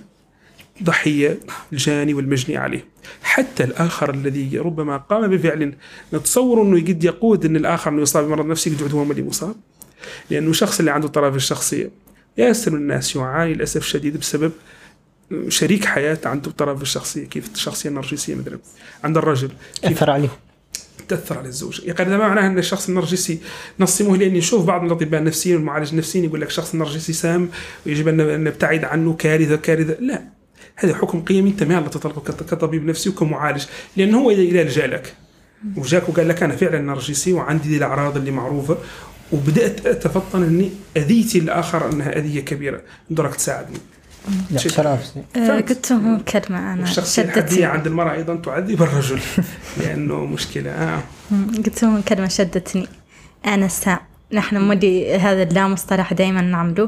ضحية الجاني والمجني عليه. حتى الآخر الذي ربما قام بفعل نتصور أنه قد يقود أن الآخر أنه يصاب بمرض نفسي قد هو اللي مصاب، لأنه الشخص اللي عنده اضطراب الشخصية ياسر من الناس يعاني للأسف شديد بسبب شريك حياة عنده اضطراب الشخصية. كيف الشخصية النرجسية مثلا عند الرجل تأثر عليه تأثر على الزوج. يقال هذا ما معناه أن الشخص النرجسي نصمه، لأني نشوف بعض من الأطباء النفسيين والمعالج النفسيين يقول لك الشخص النرجسي سام ويجب أن نبتعد عنه كارثة كارثة. لا، هذا حكم قيمي أنت ما تطلبه كطبيب نفسي وكمعالج، لأنه هو إذا لجأ لك وجاك وقال لك أنا فعلا نرجسي وعندي دي الأعراض اللي معروفة وبدأت أتفطن أني أذيتي الآخر أنها أذية كبيرة، درك تساعدني. قلت لهم كلمة أنا الشخصية الحدية عند المرأة أيضا تعذب الرجل لأنه مشكلة. آه. قلت لهم كلمة شدتني، أنا سام. نحن مودي هذا اللا مصطلح دائما نعمله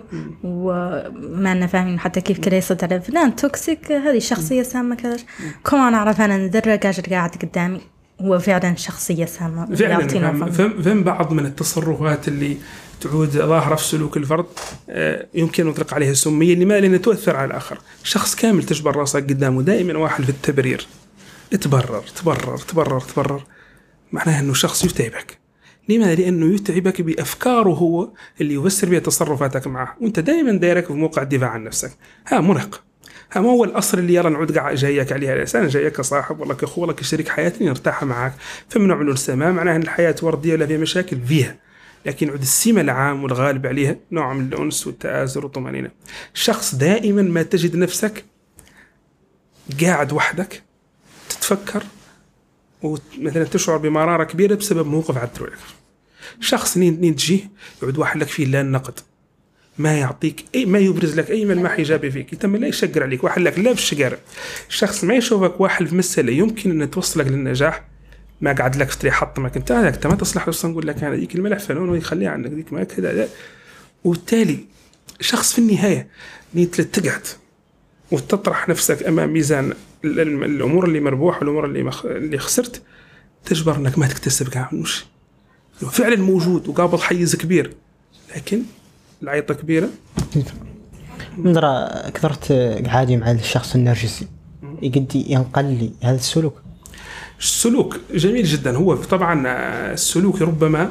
وما لنا فاهمين حتى كيف كده يصد على فلان توكسيك، هذه شخصية سامة كذا. كما نعرف أنا ندرج أجر قاعد قدامي هو فعلا شخصية سامة فعلا. فهم بعض من التصرفات اللي تعود ظاهرة في سلوك الفرد يمكن نطلق عليها سمية، لما لأنها تؤثر على الآخر. شخص كامل تجبر راسك قدامه دائما واحد في التبرير، تبرر تبرر تبرر تبرر، معناها أنه شخص يتعبك. لماذا؟ لأنه يتعبك بأفكاره هو اللي يفسر بها تصرفاتك معه، وأنت دائما دايرك في موقع الدفاع عن نفسك. ها مرهق. ها ما هو الأصل اللي يرى نعود قاعد جايك عليها الأساس، أنا جايك كصاحب والله كأخو والله كشريك حياتي نرتاح معك، فمنوع من السماء معناها أن الحياة وردية ولا فيها مشاكل فيها، لكن عود السمة العام والغالب عليها نوع من الأنس والتآزر والطمأنينة. الشخص دائما ما تجد نفسك قاعد وحدك تتفكر ومثلا تشعر بمرارة كبيرة بسبب موقف عدلوا لك. شخص نين تجيه يعود واحد لك فيه لا النقد، ما يعطيك أي ما يبرز لك أي ملمح إيجابي فيك، يتم لا يشجر عليك، واحد لك لا بالشجار. الشخص ما يشوفك واحد في مسألة يمكن أن توصلك للنجاح ما قاعد لك فتري حطمك انت هذاك انت ما تصلح له، نقول لك انا ذيك الملح فنون ويخليها عنك ذيك ما كذا. وبالتالي شخص في النهايه نيت تقعد وتطرح نفسك امام ميزان الامور اللي مربوحه والامور اللي مخ... اللي خسرت، تجبر انك ما تكتسب كاع منوش فعلا موجود وقابض حيز كبير، لكن العيطه كبيره. نظرة كثرت قعادي مع الشخص النرجسي يقدي ينقل لي هذا السلوك. السلوك جميل جدا. هو طبعا السلوك ربما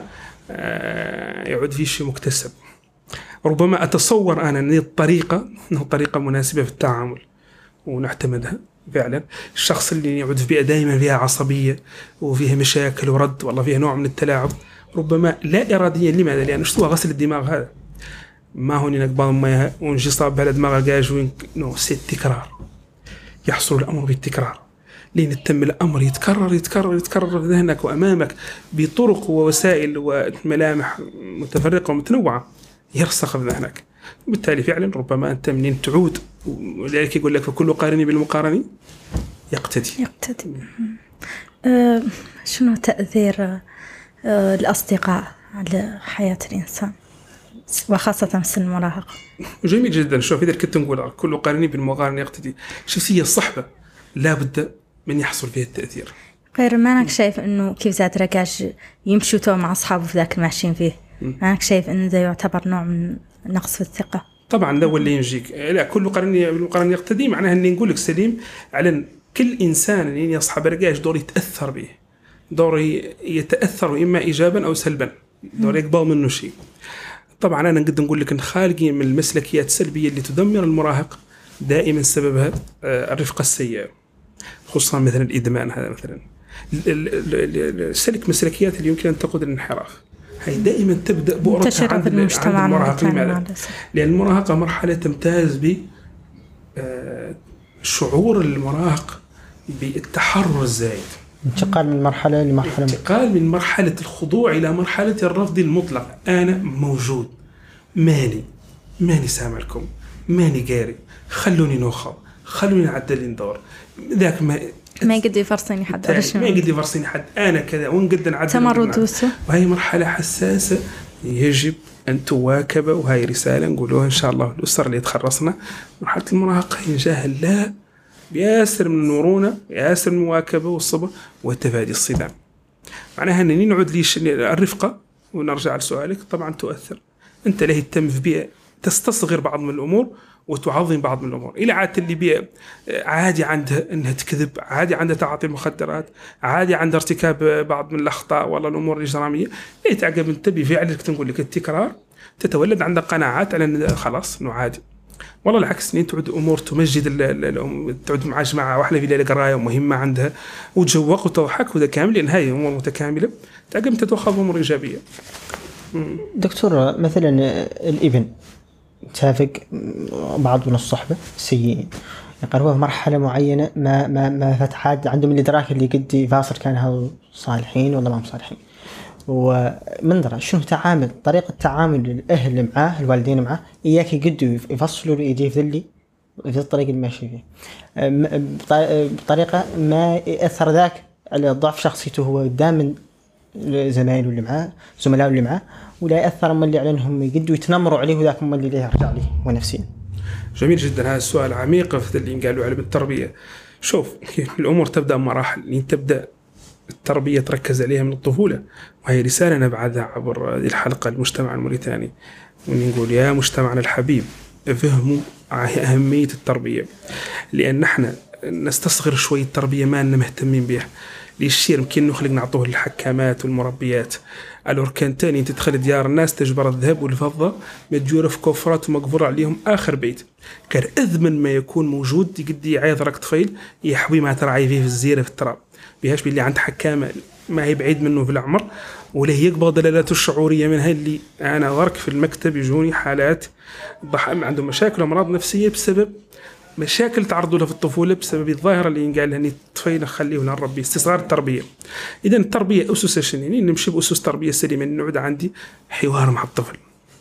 يعود فيه شيء مكتسب، ربما أتصور أنا أن الطريقة أنه طريقة مناسبة في التعامل ونعتمدها فعلا. الشخص اللي يعود في بيئة دائما فيها عصبية وفيها مشاكل ورد والله فيها نوع من التلاعب ربما لا إراديا. لماذا؟ لأنه شو غسل الدماغ هذا ما هو نقبض ما ونجي صاب على دماغ الجاج وين نو سي التكرار، يحصل الأمر بالتكرار لين التم الأمر يتكرر يتكرر يتكرر في ذهنك وأمامك بطرق ووسائل وملامح متفرقة ومتنوعة يرسخ في ذهنك. وبالتالي فعلا ربما أنت منين تعود، ولذلك يقول لك فكل قارن بالمقارن يقتدي يقتدي. أه شنو تأثير أه الأصدقاء على حياة الإنسان وخاصة في سن المراهقة؟ جميل جدا. شوف إذا كنت نقول كل قرين بالمقارن يقتدي، شوف هي الصحبة لا بد من يحصل فيها التأثير. غير ما أنك شايف إنه كيف زاد رجاج يمشوا تو مع أصحابه في ذاك الماشيين فيه، ما أنك شايف إنه ده يعتبر نوع من نقص في الثقة؟ طبعا ده اللي ينجيك. لا كل قرن بالمقارن يقتدي معناها إني نقول لك سليم على كل إنسان اللي يصحب رجاج دور يتأثر به، دور يتأثر إما إيجابا أو سلبا، دور يقبل منه شيء. طبعا أنا نقدر نقول لك إن خالقي من المسلكيات السلبية اللي تدمر المراهق دائما سببها الرفقة السيئة، خصوصا مثلا الإدمان. هذا مثلا السلك مسلكيات اللي يمكن أن تقود الانحراف، هي دائما تبدأ بؤرتها عند المجتمع المراهقين، لأن المراهقة مرحلة تمتاز ب شعور المراهق بالتحرر الزايد، انتقال من مرحلة لمرحلة، انتقال من مرحلة الخضوع إلى مرحلة الرفض المطلق. أنا موجود، ماني ماني سامعكم، ماني قاري، خلوني نوخر، خلوني نعدل ندور ذاك ما ما يقدر يفرصني حد، ما يقدر يفرصني حد، أنا كذا ونقدر نعدل تمرد. وهي مرحلة حساسة يجب أن تواكب، وهي رسالة نقولوها إن شاء الله الأسر اللي تخرصنا. مرحلة المراهقة ينجاهل لا بياسر من المرونة، ياسر من المواكبة والصبر وتفادي الصدام. معناها أنني نعود ليش الرفقة، ونرجع لسؤالك. طبعا تؤثر، أنت له تم في بيئة تستصغر بعض من الأمور وتعظم بعض من الأمور. إلى عادة اللي بيئة عادي عندها أنها تكذب، عادي عندها تعاطي المخدرات، عادي عندها ارتكاب بعض من الأخطاء ولا الأمور الإجرامية، لا تعقب أنت بفعلك تنقول لك التكرار تتولد عندك قناعات على أن خلاص إنه عادي. والله العكس، إن تعود أمور تمجد الأم، تعود مع جماعة واحدة في ليلة قراية مهمة عندها وتجوق وتضحك وده كامل، لأن هاي أمور متكاملة تعقب تتوخذ أمور إيجابية. دكتور مثلا الابن تافق بعض من الصحبة سيئين، يقربوا في مرحلة معينة ما ما ما فتحات عندهم الإدراك اللي قد يفاصل كان هذول صالحين ولا ما هم صالحين، ومن درا شنو تعامل طريقة تعامل الأهل معاه الوالدين معاه، إياك يقدوا يفصلوا لإيديه في ذلي في الطريق اللي ماشي فيه بطريقة ما يأثر ذاك على ضعف شخصيته هو قدام زمايله اللي معاه زملائه اللي معاه، ولا يأثر من اللي عليهم يقدوا يتنمروا عليه وذاك من اللي ليه يرجع له ونفسيا. جميل جدا، هذا السؤال عميق في اللي قالوا على بالتربية. شوف الأمور تبدأ مراحل، تبدأ التربية تركز عليها من الطفولة، وهي رسالة نبعثها عبر هذه الحلقة المجتمع الموريتاني، ونقول يا مجتمعنا الحبيب فهموا أهمية التربية، لأن نحن نستصغر شوية التربية ما لنا مهتمين بها. ليشير يمكن نخلق نعطوه الحكامات والمربيات الأركان تاني تدخل ديار الناس تجبر الذهب والفضة متجورة في كفرات ومقبور عليهم آخر بيت، كان أذمن ما يكون موجود يقدي عايض رك طفيل يحوي ما ترعي فيه في الزيرة في التراب بيهاش باللي عند حكامة ما هي بعيد منه في العمر، وله يقبض دلالاته الشعورية منها اللي أنا غرق في المكتب يجوني حالات ضحام عندهم مشاكل ومراض نفسية بسبب مشاكل تعرضوا لها في الطفولة بسبب الظاهرة اللي ينقال لها أن الطفيل خليه للربي استصغار التربية. إذن التربية أسس شنيني نمشي بأسس تربية سليمة، نعود عندي حوار مع الطفل.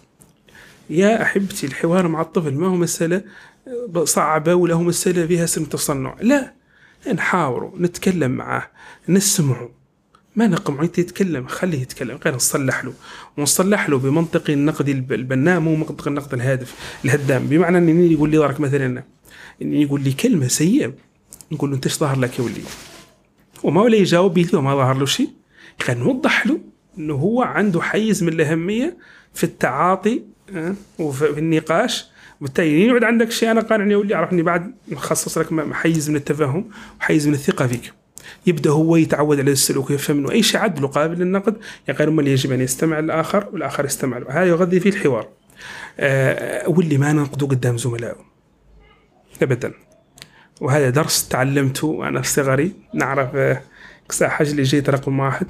يا أحبتي الحوار مع الطفل ما هو مسألة صعبة ولا هو مسألة فيها سن تصنع، لا نحاوره نتكلم معاه نسمعه ما نقمع يتكلم خليه يتكلم، غير نصلح له ونصلح له بمنطق النقد البناء مو منطق النقد الهادف الهدام. بمعنى أنني يقول لي ضرك مثلا إني يقول لي كلمة سيئة نقول له أنتش ظاهر لك يا ولي، وما ولا يجاوب لي وما ظهر له شيء، كان نوضح له إنه هو عنده حيز من الأهمية في التعاطي وفي النقاش، وبالتالي يقعد عندك شيء أنا قانعني يقول لي عرفني بعد نخصص لك حيز من التفاهم وحيز من الثقة فيك. يبدأ هو يتعود على السلوك ويفهم إنه أي شيء عدل قابل للنقد يقال ما يجب أن يستمع الآخر والآخر يستمع له، هذا يغذي فيه الحوار. أه واللي ما ننقده قدام زملائه أبدا، وهذا درس تعلمته وأنا في صغري. نعرف كسا حاجة اللي جيت رقم واحد،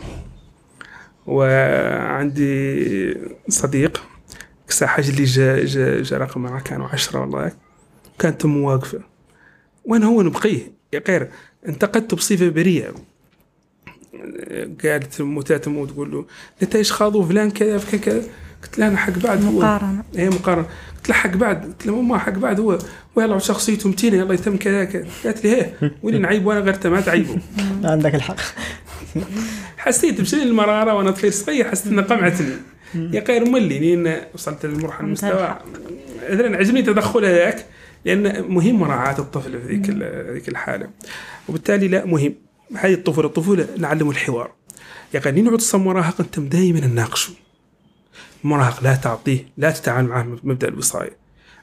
وعندي صديق كسا حاجة اللي جاء جا جا رقم معه كانوا عشرة والله، كانت مواقفة وأنا هو نبقيه يا غير انتقدته بصفة بريئة. قالت متاتم وتقول له نتايش خاضوا فلان كذا كذا، قلت لها انا حق بعد هو مقارنة. ايه مقارنه. قلت لها حق بعد، قلت لها ما حق بعد هو ويلا شخصيته متينه يلا يتم كذا كذا. قالت لي ايه ولي نعيب وانا غير ما تعيبه. عندك الحق. حسيت بشيء المراره وانا طفل صغير، حسيت انها قمعتني يا غير ملي لين وصلت للمرحله المستوى. اذا عجبني تدخل هذاك لان مهم مراعاه الطفل في ذيك ذيك الحاله، وبالتالي لا مهم هذه الطفوله الطفوله نعلمه الحوار. يا غير نقعد تصم مراهق انت دائما نناقشه. المراهق لا تعطيه لا تتعامل معه مبدا الوصايه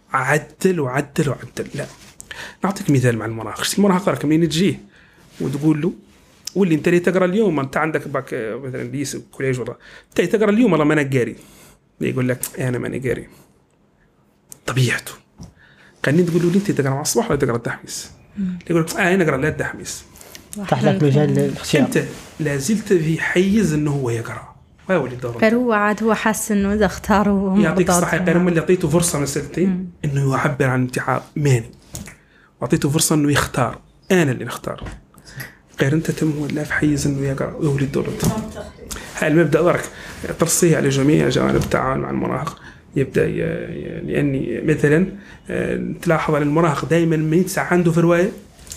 عدل وعدل وعدل، لا. نعطيك مثال مع المراهق. المراهق راك منين تجيه وتقول له واللي انت اللي تقرا اليوم انت عندك باك مثلا ليس كوليج ولا انت تقرا اليوم والله ما انا قاري، يقول لك انا ماني قاري طبيعته. قال تقول له انت تقرا مع الصباح ولا تقرا التحميس؟ يقول لك اه انا اقرا لا التحميس. تحت لك مجال الاختيار. انت لا زلت في حيز انه هو يقرا هو اللي دور. غير هو عاد هو حاسس انه اذا اختاروا يعطيك الصحه غير من اللي اعطيته فرصه مسألتين انه يعبر عن انتحار ماني، واعطيته فرصه انه يختار انا اللي نختار. غير انت تم لا في حيز انه يقرا ويولد دولت. هذا المبدا درك ترصيه على جميع جوانب التعامل مع المراهق. يبدا لاني مثلا تلاحظ على المراهق دائما من يتسع عنده في روايه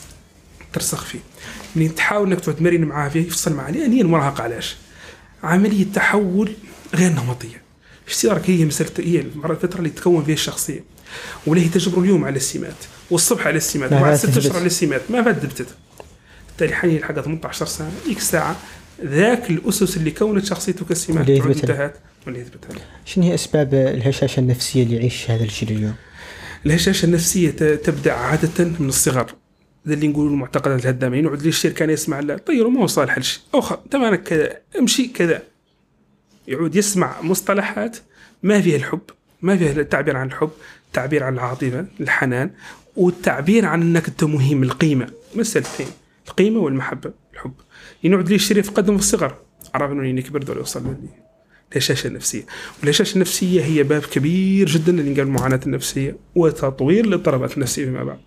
ترسخ فيه، من تحاول انك تمرن معاه فيه يفصل معاه. لان هي المراهقه علاش عمليه تحول غير نمطيه. اشتراك هي مساله هي الفتره اللي تكون فيها الشخصيه، ولا هي تجبر اليوم على السمات والصبح على السمات وبعد ست اشهر على السمات ما فات دبتت. بالتالي حين يلحق ثمانية عشر سنه ديك الساعه ذاك الاسس اللي كونت شخصيته كالسمات انتهت واللي يثبتها. شنو هي اسباب الهشاشه النفسيه اللي يعيش هذا الجيل اليوم؟ الهشاشه النفسيه تبدا عاده من الصغر. ذا اللي نقولوا المعتقدات الهدامه. ينعد لي الشير كان يسمع لا طيروا ما هو صالح لشيء او خ تمام كذا امشي كذا، يعود يسمع مصطلحات ما فيها الحب، ما فيها التعبير عن الحب، التعبير عن العاطفه الحنان، والتعبير عن انك انت مهم. القيمه مسألتين القيمه والمحبه الحب. ينعد لي الشير يفقدهم في الصغر عرف انه يكبر دول يوصل لي الهشاشه النفسيه. والهشاشه النفسيه هي باب كبير جدا اللي نقال المعاناه النفسيه وتطوير الاضطرابات النفسيه فيما بعد.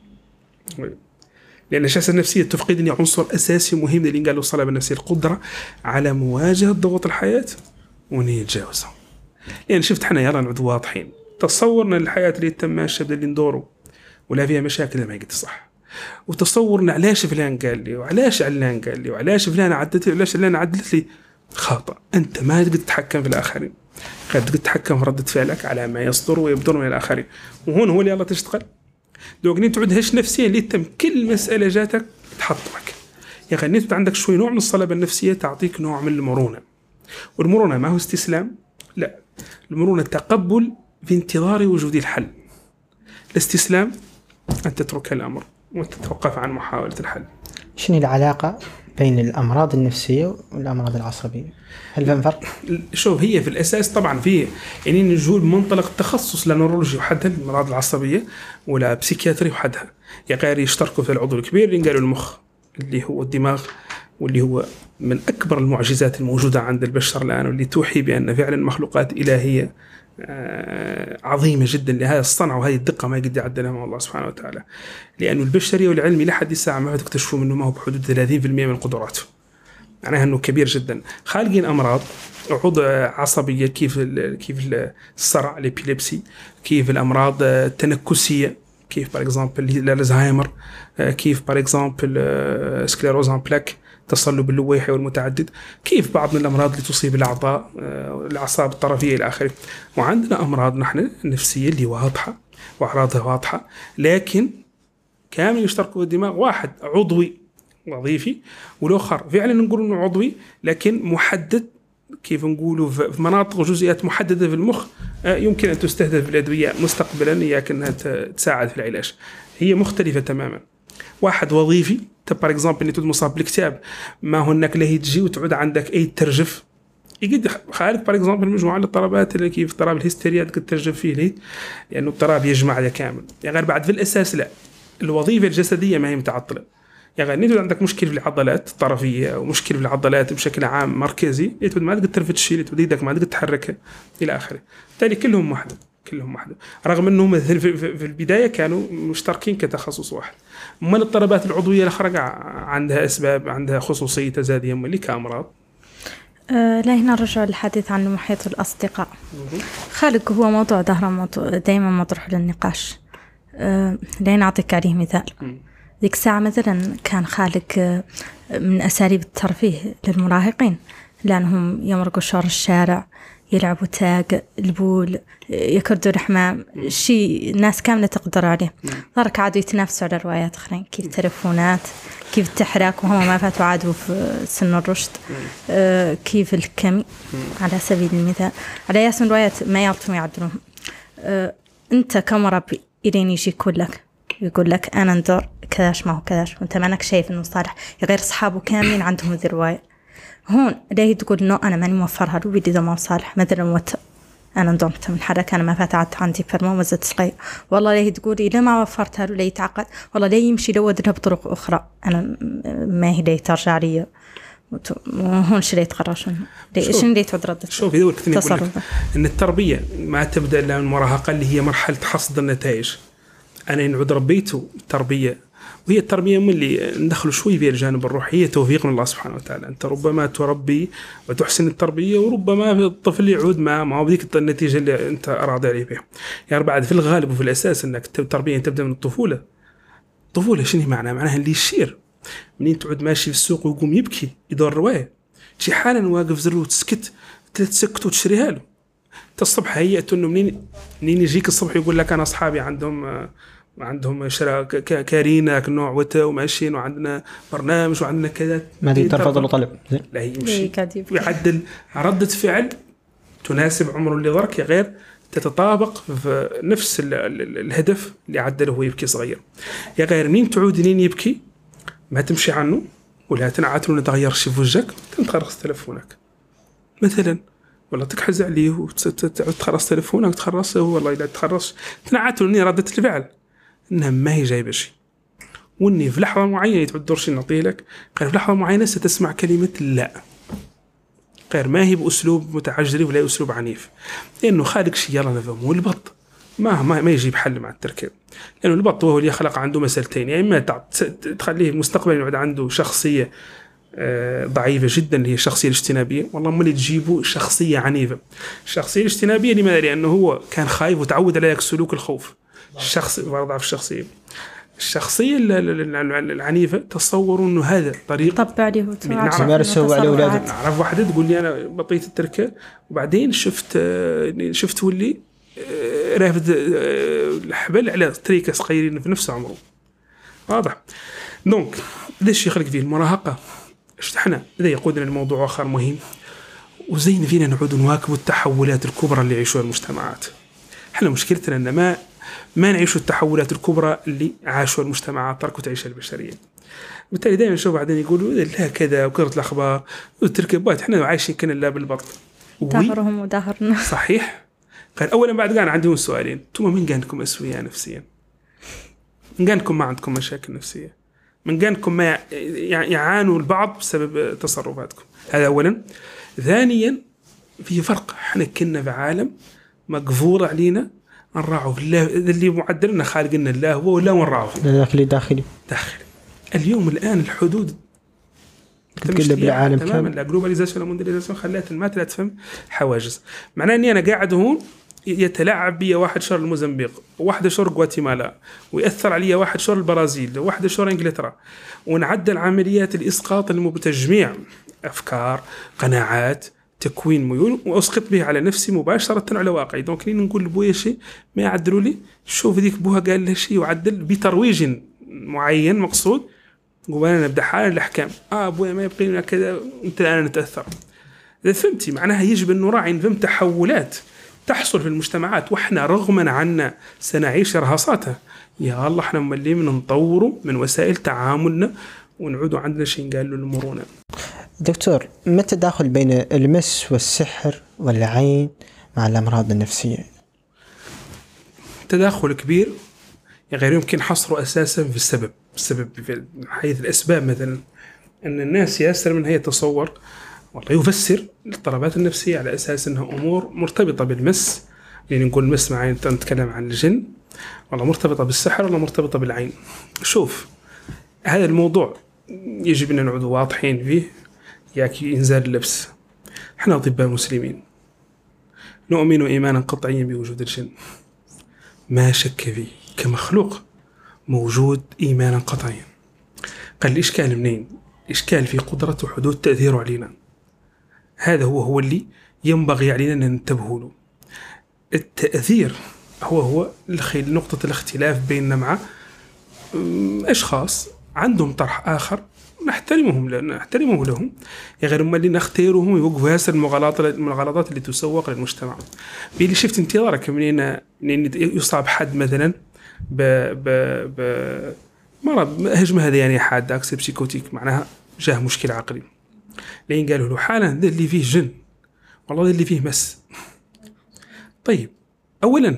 لأن الهشاشة النفسية تفقدني عنصر أساسي مهم اللي قالوا الصلابة النفسية، القدرة على مواجهة ضغوط الحياة ونتجاوزها. لأن شفت حنا يلا نعود واضحين، تصورنا الحياة اللي تم ماشية اللي ندوروا ولا فيها مشاكل ما يقد صح، وتصورنا علاش فلان قال لي وعلاش علان قال لي وعلاش فلان عدت لي وعلاش علان عدلت لي خاطئ. أنت ما تقدر تتحكم في الآخرين، قد تقدر تتحكم في ردة فعلك على ما يصدر ويبدر من الآخرين، وهون هو اللي يلا تشتغل. دوك ني تعود هش نفسيا اللي تم كل مسألة جاتك تحطمك. يا أخي نيت عندك شوي نوع من الصلابة النفسية تعطيك نوع من المرونة. والمرونة ما هو استسلام، لا، المرونة تقبل في انتظار وجود الحل. الاستسلام أن تترك الأمر وتتوقف عن محاولة الحل. شنو العلاقة بين الأمراض النفسية والأمراض العصبية؟ هل فهم فرق؟ شوف هي في الأساس طبعا فيه يعني نجول منطلق التخصص لنورولوجي وحدها الأمراض العصبية ولا بسيكياتري وحدها. يا غير يشتركوا في العضو الكبير اللي قالوا المخ اللي هو الدماغ، واللي هو من أكبر المعجزات الموجودة عند البشر الآن، واللي توحي بأن فعلا مخلوقات إلهية عظيمة جدا لهذا الصنع وهذه الدقة ما يقدر يعدلها الله سبحانه وتعالى. لأنه البشري والعلمي لحد الساعة ما تكتشفوا منه ما هو بحدود ثلاثين بالمئة من قدراته، معناها أنه كبير جدا. خالقين أمراض عضو عصبية كيف كيف الصرع الإبيليبسي، كيف الأمراض التنكسية، كيف بار إكزامبل الزهايمر، كيف بار إكزامبل سكليروز أن بلاك تصلب اللويحي والمتعدد، كيف بعض من الأمراض اللي تصيب الأعضاء الأعصاب الطرفية إلى آخره. وعندنا أمراض نحن النفسية اللي واضحة وأعراضها واضحة، لكن كامل يشتركوا في الدماغ، واحد عضوي وظيفي والآخر فعلا نقول إنه عضوي لكن محدد، كيف نقولوا في مناطق وجزئيات محددة في المخ يمكن أن تستهدف بالأدوية مستقبلا إياك أنها تساعد في العلاج. هي مختلفة تماما. واحد وظيفي تبار إكزامبل اللي تود مصاب بالاكتئاب، ما هناك له تجي وتعود عندك أي ترجف يقد خارج بار إكزامبل مجموعة الاضطرابات اللي كيف اضطراب الهستيريا قد ترجف فيه ليه، لأنه اضطراب يجمع هذا كامل. يعني غير بعد في الأساس لا، الوظيفة الجسدية ما هي متعطلة. يعني نيتو عندك مشكل في العضلات الطرفية أو مشكل في العضلات بشكل عام مركزي، يتود ما تقدر ترفد شيء، يتود يدك ما تقدر تحركها إلى آخره. بالتالي كلهم واحدة كلهم واحدة، رغم أنهم مثل في البداية كانوا مشتركين كتخصص واحد. أما الاضطرابات العضوية الأخرى عندها أسباب، عندها خصوصية تزادية اللي كأمراض. أه لا هنا نرجع للحديث عن محيط الأصدقاء. خالق هو موضوع ظهر دائما مطرح للنقاش. أه لا نعطيك عليه مثال. ذيك الساعة مثلا كان خالق من أساليب الترفيه للمراهقين لأنهم يمرقوا شوار الشارع، يلعبوا تاج، البول، يكردوا الحمام، شيء ناس كاملة تقدر عليه. ضرك عادوا يتنافسوا على روايات أخرين كيف تلفونات، كيف التحراك وهم ما فاتوا عادوا في سن الرشد، آه كيف الكمي على سبيل المثال، على ياسم روايات ما يعطوا يعدلون. آه أنت كمربي إلين يجي كلك يقول لك أنا ندور كذاش ما هو كذاش وأنت مانك شايف إنه صالح، غير أصحابه كاملين عندهم ذي الرواية. هون ليه تقول إنه أنا ماني موفرها له بدي إذا ما صالح مثلا وت أنا نضمت من حركة أنا ما فتحت عندي فرمة وزت صغير، والله ليه تقولي لا ما وفرتها له ليه يتعقد، والله ليه يمشي لودها بطرق أخرى أنا ما هي ليه ترجع لي. هون شو ليه تقرر ليه شنو ليه تردد. شوف يقول كثير يقول لك إن التربية ما تبدأ إلا من المراهقة اللي هي مرحلة حصد النتائج. أنا نعود ربيته التربية، وهي التربية من اللي ندخل شوي في الجانب الروحي، توفيق من الله سبحانه وتعالى. أنت ربما تربي وتحسن التربية وربما الطفل يعود مع ما هو بذيك النتيجة اللي أنت أراضي عليه بها. يعني بعد في الغالب وفي الأساس أنك التربية تبدأ من الطفولة. الطفولة شنو معناها؟ معناها اللي يشير منين تعود ماشي في السوق ويقوم يبكي يدور رواية شي حالا واقف زر وتسكت تسكت وتشريها له. الصبح هيئت إنه منين منين يجيك الصبح يقول لك أنا أصحابي عندهم عندهم شراء كارينا كنوع وتا وماشيين وعندنا برنامج وعندنا كذا، ما دي ترفض له طلب لا يمشي ويعدل ردة فعل تناسب عمره اللي ضرك غير تتطابق في نفس الهدف اللي عدله هو يبكي صغير. يا غير مين تعود نين يبكي ما تمشي عنه ولا تنعتله نتغير شي في وجهك تنخرص تلفونك مثلا، والله تكحز عليه وتخرص تلفونك وتخرصه والله إذا تخرص تنعتله نين ردة الفعل إنها ما هي جايبة شيء، وإني في لحظة معينة تعدور شيء نعطيه لك غير في لحظة معينة ستسمع كلمة لا غير ما هي بأسلوب متعجري ولا أسلوب عنيف، لأنه خالق شيء يلا نفهمه. والبط ما ما ما يجيب حل مع التركيب، لأنه البط هو اللي يخلق عنده مسألتين، يا إما تخليه مستقبلا يعود عنده شخصية ضعيفة جدا اللي هي الشخصية الاجتنابية، والله ما اللي تجيبه شخصية عنيفة. الشخصية الاجتنابية لماذا؟ لأنه هو كان خايف وتعود على سلوك الخوف. الشخص ضعف الشخصية الشخصية العنيفة تصوروا إنه هذا طريق طب عليه تمارسه على أولاده. أعرف واحدة تقول لي أنا بطيت التركة وبعدين شفت شفت واللي رافد الحبل على طريقة صغيرين في نفس عمره. واضح؟ دونك ليش يخلق فيه المراهقة؟ احنا إذا يقودنا الموضوع آخر مهم وزين فينا نعود نواكب التحولات الكبرى اللي يعيشها المجتمعات. احنا مشكلتنا أن ما ما نعيش التحولات الكبرى اللي عاشوا المجتمعات تركوا تعيشها البشرية. بالتالي دائما نشوف بعدين يقولوا لا كذا وكرة الأخبار وتركبات، احنا عايشين كنا لا بالبطل دهرهم ودهرنا. صحيح. قال أولا بعد قال عندهم سؤالين، انتم من قانكم أسوياء نفسيا؟ من قانكم ما عندكم مشاكل نفسية؟ من قانكم ما يعانوا البعض بسبب تصرفاتكم؟ هذا أولا. ثانيا في فرق، احنا كنا في عالم مقفور علينا نراعوا في الله اللي معدلنا خالقنا الله هو ولا نراعوا فيه داخلي داخلي داخلي. اليوم الآن الحدود تتقلب بالعالم تماما، لا جلوباليزاسيون ولا موندياليزاسيون خلات ما تلا تفهم حواجز. معناه اني انا قاعد هون يتلاعب بي واحد شهر الموزمبيق وواحد شهر غواتيمالا ويأثر علي واحد شهر البرازيل وواحد شهر انجلترا، ونعدل عمليات الاسقاط المتجميع افكار قناعات تكوين ميول واسقط به على نفسي مباشره على واقعي. دونك نين نقول لبويا شيء ما يعدلوا لي، شوف ذيك بوها قال له شيء وعدل بترويج معين مقصود، نقول انا نبدا حالا الاحكام اه ابويا ما يبقي لنا كذا انت انا نتاثر. اذا فهمتي معناها يجب ان نراعي نفهم تحولات تحصل في المجتمعات واحنا رغما عنا سنعيش رهصاتها. يا الله احنا مليين نطوروا من وسائل تعاملنا ونعودوا عندنا شيء قال له المرونه. دكتور، ما التداخل بين المس والسحر والعين مع الأمراض النفسية؟ تداخل كبير غير يمكن حصره أساسا في السبب. السبب في حيث الأسباب مثلا أن الناس ياسر من هي تصور والله يفسر الاضطرابات النفسية على أساس أنها أمور مرتبطة بالمس، يعني نقول مس معين نتكلم عن الجن، والله مرتبطة بالسحر ولا مرتبطة بالعين. شوف هذا الموضوع يجب أن نعود واضحين فيه، ياكي إنزال اللبس. احنا أطباء مسلمين نؤمن إيمانا قطعيا بوجود الجن، ما شك فيه كمخلوق موجود إيمانا قطعيا. قال الإشكال منين؟ إشكال في قدرة وحدود تأثيره علينا. هذا هو هو اللي ينبغي علينا أن ننتبه له. التأثير هو هو نقطة الاختلاف بيننا مع أشخاص عندهم طرح آخر نحترمهم نحترمه لهم، غير ما اللي نختارهم يوقفوا ياسر المغالطات المغالطات اللي تسوق للمجتمع. باللي شفت انتظارك منين منين يصاب حد مثلا ب ب ب مرض هجمة هذيانية حادة أكسب سيكوتيك، معناها جاه مشكل عقلي، لين قالوا له حالا ذا اللي فيه جن، والله ذا اللي فيه مس. طيب أولا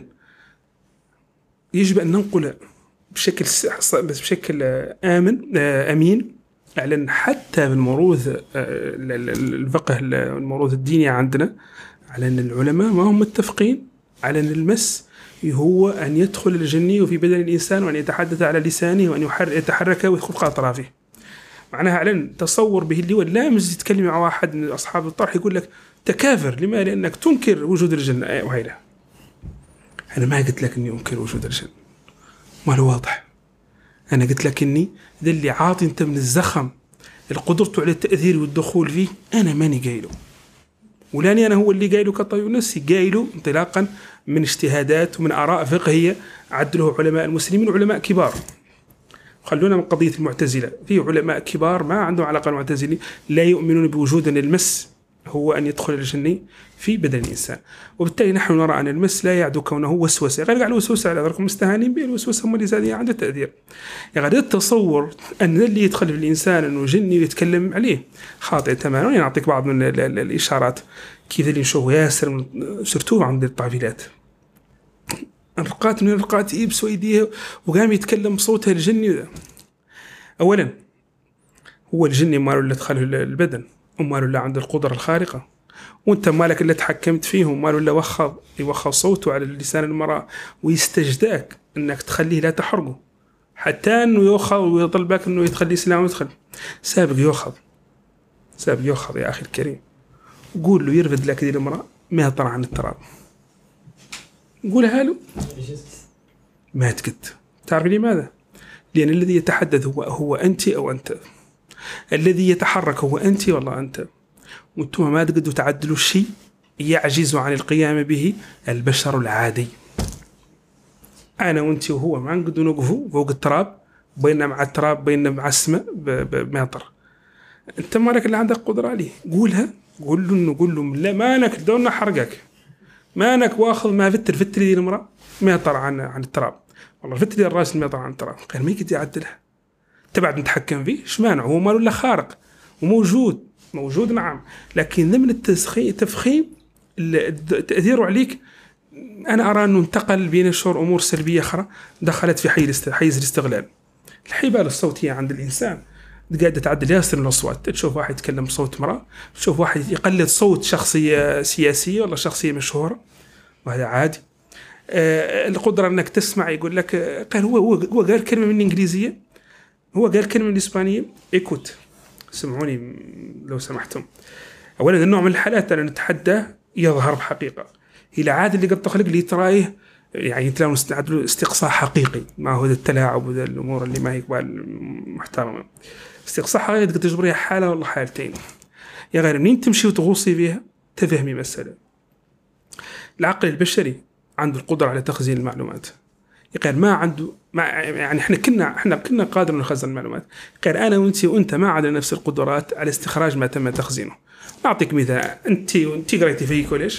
يجب أن ننقل بشكل بشكل آمن أمين أعلن حتى بالموروث الفقه الموروث الديني عندنا على أن العلماء ما هم متفقين على أن المس هو أن يدخل الجني في بدن الإنسان وأن يتحدث على لسانه وأن يتحرك ويخلق أطرافه. معناها على تصور به اللي ولا مش تتكلم مع واحد من أصحاب الطرح يقول لك تكافر، لما؟ لأنك تنكر وجود الجن وهيلا. أنا ما قلت لك إني أنكر وجود الجن، ما هو واضح. أنا قلت لك إني ذا اللي عاطي أنت من الزخم القدرة على التأثير والدخول فيه أنا ماني قايله، ولاني أنا هو اللي قايله كطيب نفسي، قايله انطلاقا من اجتهادات ومن آراء فقهية عدله علماء المسلمين وعلماء كبار. خلونا من قضية المعتزلة، في علماء كبار ما عندهم علاقة المعتزلين لا يؤمنون بوجود أن المس هو أن يدخل الجني في بدن الإنسان، وبالتالي نحن نرى أن المس لا يعدو كونه وسوسة. غير قال الوسوسة على ذلك مستهانين به، الوسوسة هم اللي زادين عنده تأثير. يعني التصور أن اللي يدخل في الإنسان أنه جني ويتكلم عليه خاطئ تماما. يعني أعطيك بعض من الإشارات كيف اللي نشوفه ياسر سرتوه عند الطافلات، رقات من الرقات يبس ويديه وقام يتكلم بصوته الجني. أولا هو الجني ماله اللي دخله البدن وماله اللي عنده القدرة الخارقة، وانت مالك اللي تحكمت فيهم، ماله اللي وخض يوخض صوته على لسان المرأة ويستجداك انك تخليه لا تحرقه حتى انه يوخض ويطلبك انه يتخلي سلام ويدخل. سابق يوخض سابق يوخض يا اخي الكريم، قول له يرفد لك دي المرأة ما طلع عن التراب، قولها له ما تكت. تعرف لماذا؟ لأن الذي يتحدث هو هو أنت أو أنت، الذي يتحرك هو أنت والله أنت، وانتم ما تقدروا تعدلوا الشيء يعجز عن القيام به البشر العادي. أنا وأنت وهو ما نقدر نوقفوا فوق التراب بيننا مع التراب بيننا مع السماء بمطر. أنت مالك اللي عندك قدرة عليه، قولها، قول له إنه قول له لا مالك دون حرقك، مالك واخذ ما فتر فتر دي المرأة ما يطلع عن عن التراب، والله فتر دي الراس ما يطلع عن التراب، قال ما يقدر يعدلها. تبعد نتحكم فيه ايش مانع؟ هو ماله الا خارق وموجود موجود نعم، لكن ضمن التسخين التفخيم تأثيره عليك انا ارى انه انتقل بين الشعور امور سلبيه اخرى دخلت في حيز حيز الاستغلال. الحبال الصوتيه عند الانسان قاعده تعدل ياسر من الاصوات، تشوف واحد يتكلم بصوت امراه، تشوف واحد يقلد صوت شخصيه سياسيه ولا شخصيه مشهوره وهذا عادي. آه القدره انك تسمع يقول لك قال هو هو, هو قال كلمه من الانجليزيه، هو قال كلمة بالإسبانية إيكوت، سمعوني لو سمحتم. أولا النوع من الحالات أنا نتحدى يظهر بحقيقة هي العادة اللي قد تخلق لي ترايه، يعني تلاقوا نستعدلوا استقصاء حقيقي ما هو التلاعب وذا الأمور اللي ما هي قبال محترمة. استقصاء حقيقي قد تجبريها حالة ولا حالتين، يا غير منين تمشي وتغوصي فيها تفهمي مسألة. العقل البشري عنده القدرة على تخزين المعلومات، قال ما عنده ما يعني احنا كنا احنا كنا قادرين نخزن المعلومات، قال انا وانت وانت ما عندنا نفس القدرات على استخراج ما تم تخزينه. نعطيك مثال، انت انت قريتي في كوليج؟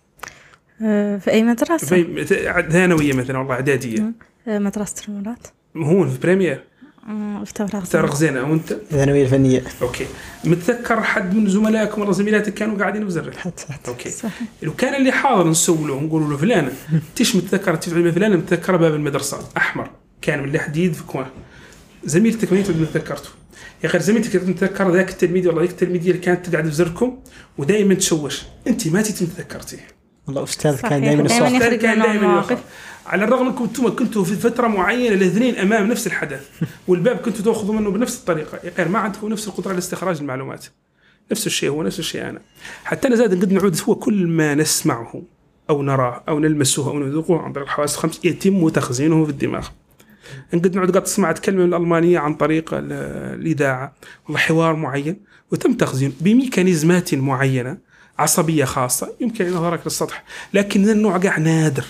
في اي مدرسه؟ في ثانويه مثلا والله اعداديه. مدرسه المرات. هون في بريمير. في تفرغ تفرغ زينه. وانت؟ الثانويه الفنيه. اوكي. متذكر حد من زملائكم ولا زميلاتك كانوا قاعدين بزرك؟ اوكي. صحيح. لو كان اللي حاضر نسول له نقول له فلان تيش متذكر تفعل فلان متذكر باب المدرسه احمر كان من الحديد في كوان، زميلتك ما تذكرته يا اخي، زميلتك تتذكر ذاك التلميذ والله ذيك التلميذيه اللي كانت تقعد بزركم ودائما تشوش، انت ما تتذكرتيه. والله استاذ كان دائما الصوت كان دائما يوقف، على الرغم انكم انتم كنتوا في فتره معينه الاثنين امام نفس الحدث والباب كنتوا تاخذوا منه بنفس الطريقه، يا اخي ما عندكم نفس القدره على استخراج المعلومات. نفس الشيء هو نفس الشيء أنا. حتى أنا زاد قد نعود هو كل ما نسمعه أو نراه أو نلمسه أو نذوقه عن طريق الحواس الخمس يتم تخزينه في الدماغ. قد نعود قد سمعت كلمة الألمانية عن طريق الإذاعة والله حوار معين وتم تخزينه بميكانيزمات معينة عصبية خاصة يمكن أن يظهرك للسطح، لكن ذا النوع قاع نادر.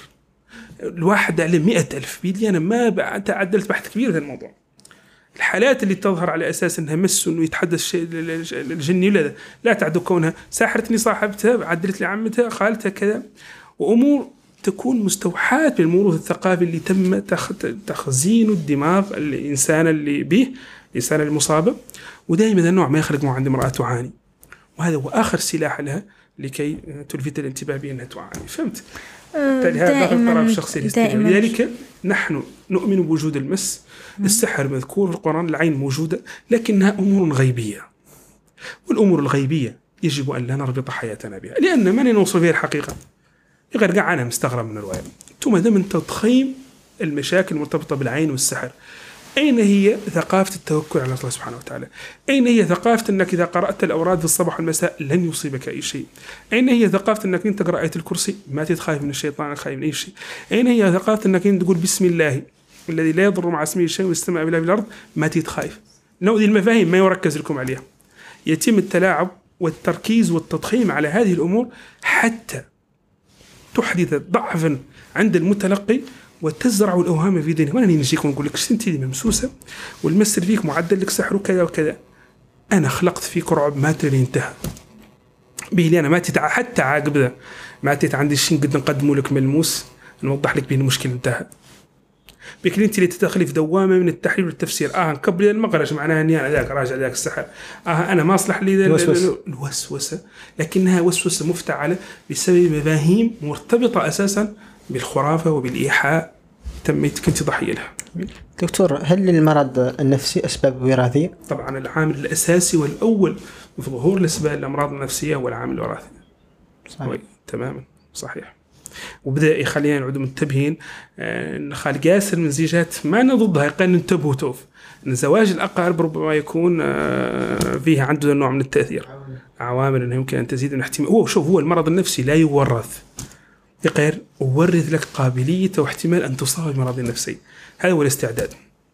الواحد على مئة ألف بيدي أنا ما تعدلت بحث كبير في الموضوع. الحالات اللي تظهر على أساس أنها مس إنه يتحدث شيء الجني ولا لا تعد كونها ساحرتني صاحبتها عدلت لي عمتها خالتها كذا، وأمور تكون مستوحاة بالموروث الثقافي اللي تم تخزين الدماغ الإنسان اللي به الإنسان المصابة. ودائما النوع ما يخلق ما عند امرأة تعاني، وهذا هو آخر سلاح لها لكي تلفت الانتباه بأنها تعاني. فهمت؟ هذا الطرف الشخصي الاستجابي. لذلك نحن نؤمن بوجود المس. السحر مذكور في القرآن، العين موجودة لكنها أمور غيبية، والأمور الغيبية يجب أن لا نربط حياتنا بها لأن من نوصل فيها الحقيقة غير قاعد أنا مستغرب من الرواية. ثم ده من تضخيم المشاكل المرتبطة بالعين والسحر. أين هي ثقافة التوكل على الله سبحانه وتعالى؟ أين هي ثقافة أنك إذا قرأت الأوراد في الصباح والمساء لن يصيبك أي شيء؟ أين هي ثقافة أنك أنت تقرأ آية الكرسي ما تتخاف من الشيطان خايف من أي شيء؟ أين هي ثقافة أنك أنت تقول بسم الله الذي لا يضر مع اسمه شيء والسماء بلا في الأرض ما تتخاف؟ نوع المفاهيم ما يركز لكم عليها. يتم التلاعب والتركيز والتضخيم على هذه الأمور حتى تحدث ضعفا عند المتلقي وتزرع الأوهام في ذهنه. وأنا نجيكم ونقول لك أنت ممسوسة والمس فيك معدل لك سحر وكذا وكذا. أنا خلقت فيك رعب ما ترى انتهى به لي أنا ما تتع حتى عاقب ذا ما تت عندي شيء قد نقدمه لك ملموس نوضح لك به المشكلة انتهى. بكل أنت اللي تدخلي في دوامة من التحليل والتفسير. آه نقبل المقرش معناها إني أنا ذاك راجع ذاك السحر. آه أنا ما أصلح لي الوسوسة. الوسوسة لكنها وسوسة مفتعلة بسبب مفاهيم مرتبطة أساسا بالخرافة وبالإيحاء تميت كنت ضحية لها. دكتور، هل للمرض النفسي أسباب وراثية؟ طبعا العامل الأساسي والأول في ظهور الأسباب الأمراض النفسية هو العامل الوراثي. صحيح. تماما صحيح. وبدأ يخلينا نعود منتبهين أن خالق ياسر من زيجات ما نضدها يقال ننتبه توف أن زواج الأقارب ربما يكون فيه عنده نوع من التأثير عوامل أنه يمكن أن تزيد من احتمال. هو شوف هو المرض النفسي لا يورث يقير وورث لك قابلية واحتمال أن تصاب بمرض نفسي. هذا هو الاستعداد.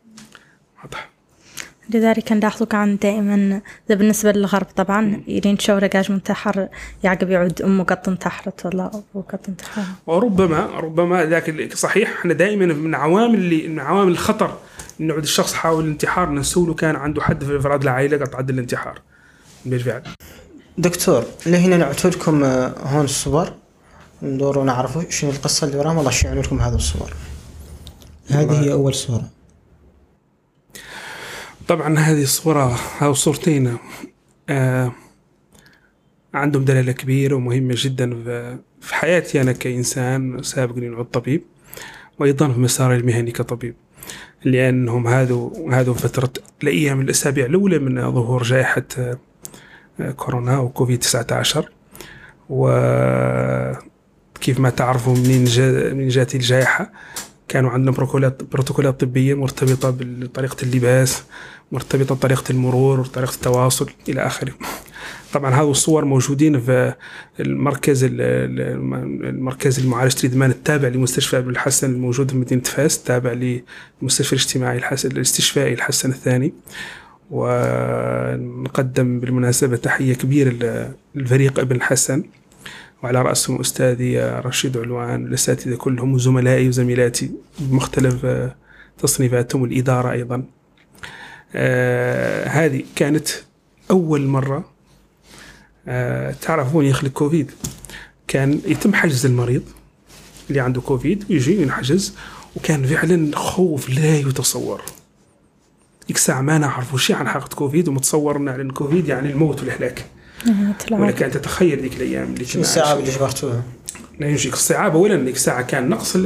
واضح. لذلك نلاحظك عن دائما ذا بالنسبة للغرب طبعا يرين شورة قاج منتحر يعقب يعود أمه قط انتحرت ولا أبوه قط انتحر. وربما ربما ذاك صحيح. احنا دائما من عوامل اللي من عوامل الخطر إن يعود الشخص حاول الانتحار نسوله كان عنده حد في أفراد العائلة قد عدل الانتحار بالفعل. دكتور لهنا نعطي لكم هون الصور ندور ونعرفوا شنو القصة اللي وراها. والله شو يعني لكم هذه الصور. هذه هي أول صورة. طبعا هذه الصورة أو صورتين آه عندهم دلالة كبيرة ومهمة جدا في حياتي أنا كإنسان سابق لي نعود طبيب وأيضا في مساري المهني كطبيب، لأنهم هذو هذو فترة الأيام الأسابيع الأولى من ظهور جائحة آه كورونا وكوفيد تسعة عشر. وكيف ما تعرفوا منين جا من جات الجائحة كانوا عندنا بروتوكولات بروتوكولات طبية مرتبطة بطريقة اللباس، مرتبطة بطريقة المرور وطريقة التواصل إلى آخره. طبعا هذه الصور موجودين في المركز المركز المعالجة الإدمان التابع لمستشفى أبو الحسن الموجود في مدينة فاس، تابع للمستشفى الاجتماعي الحسن الاستشفائي الحسن الثاني. ونقدم بالمناسبة تحية كبيرة للفريق ابن الحسن وعلى رأسهم أستاذي رشيد علوان والأساتذة كلهم وزملائي وزميلاتي بمختلف تصنيفاتهم والإدارة أيضا. آه هذه كانت أول مرة آه تعرفون يخلق كوفيد. كان يتم حجز المريض اللي عنده كوفيد ويجي ينحجز، وكان فعلا خوف لا يتصور. ديك الساعة ما نعرفوا شيء عن حقيقة كوفيد ومتصورنا على كوفيد يعني الموت والهلاك. ولا كانت تتخيل ذيك الأيام اللي كنا الصعاب اللي جبرتوها. لا يجيك الصعاب أولا ذيك الساعة كان نقص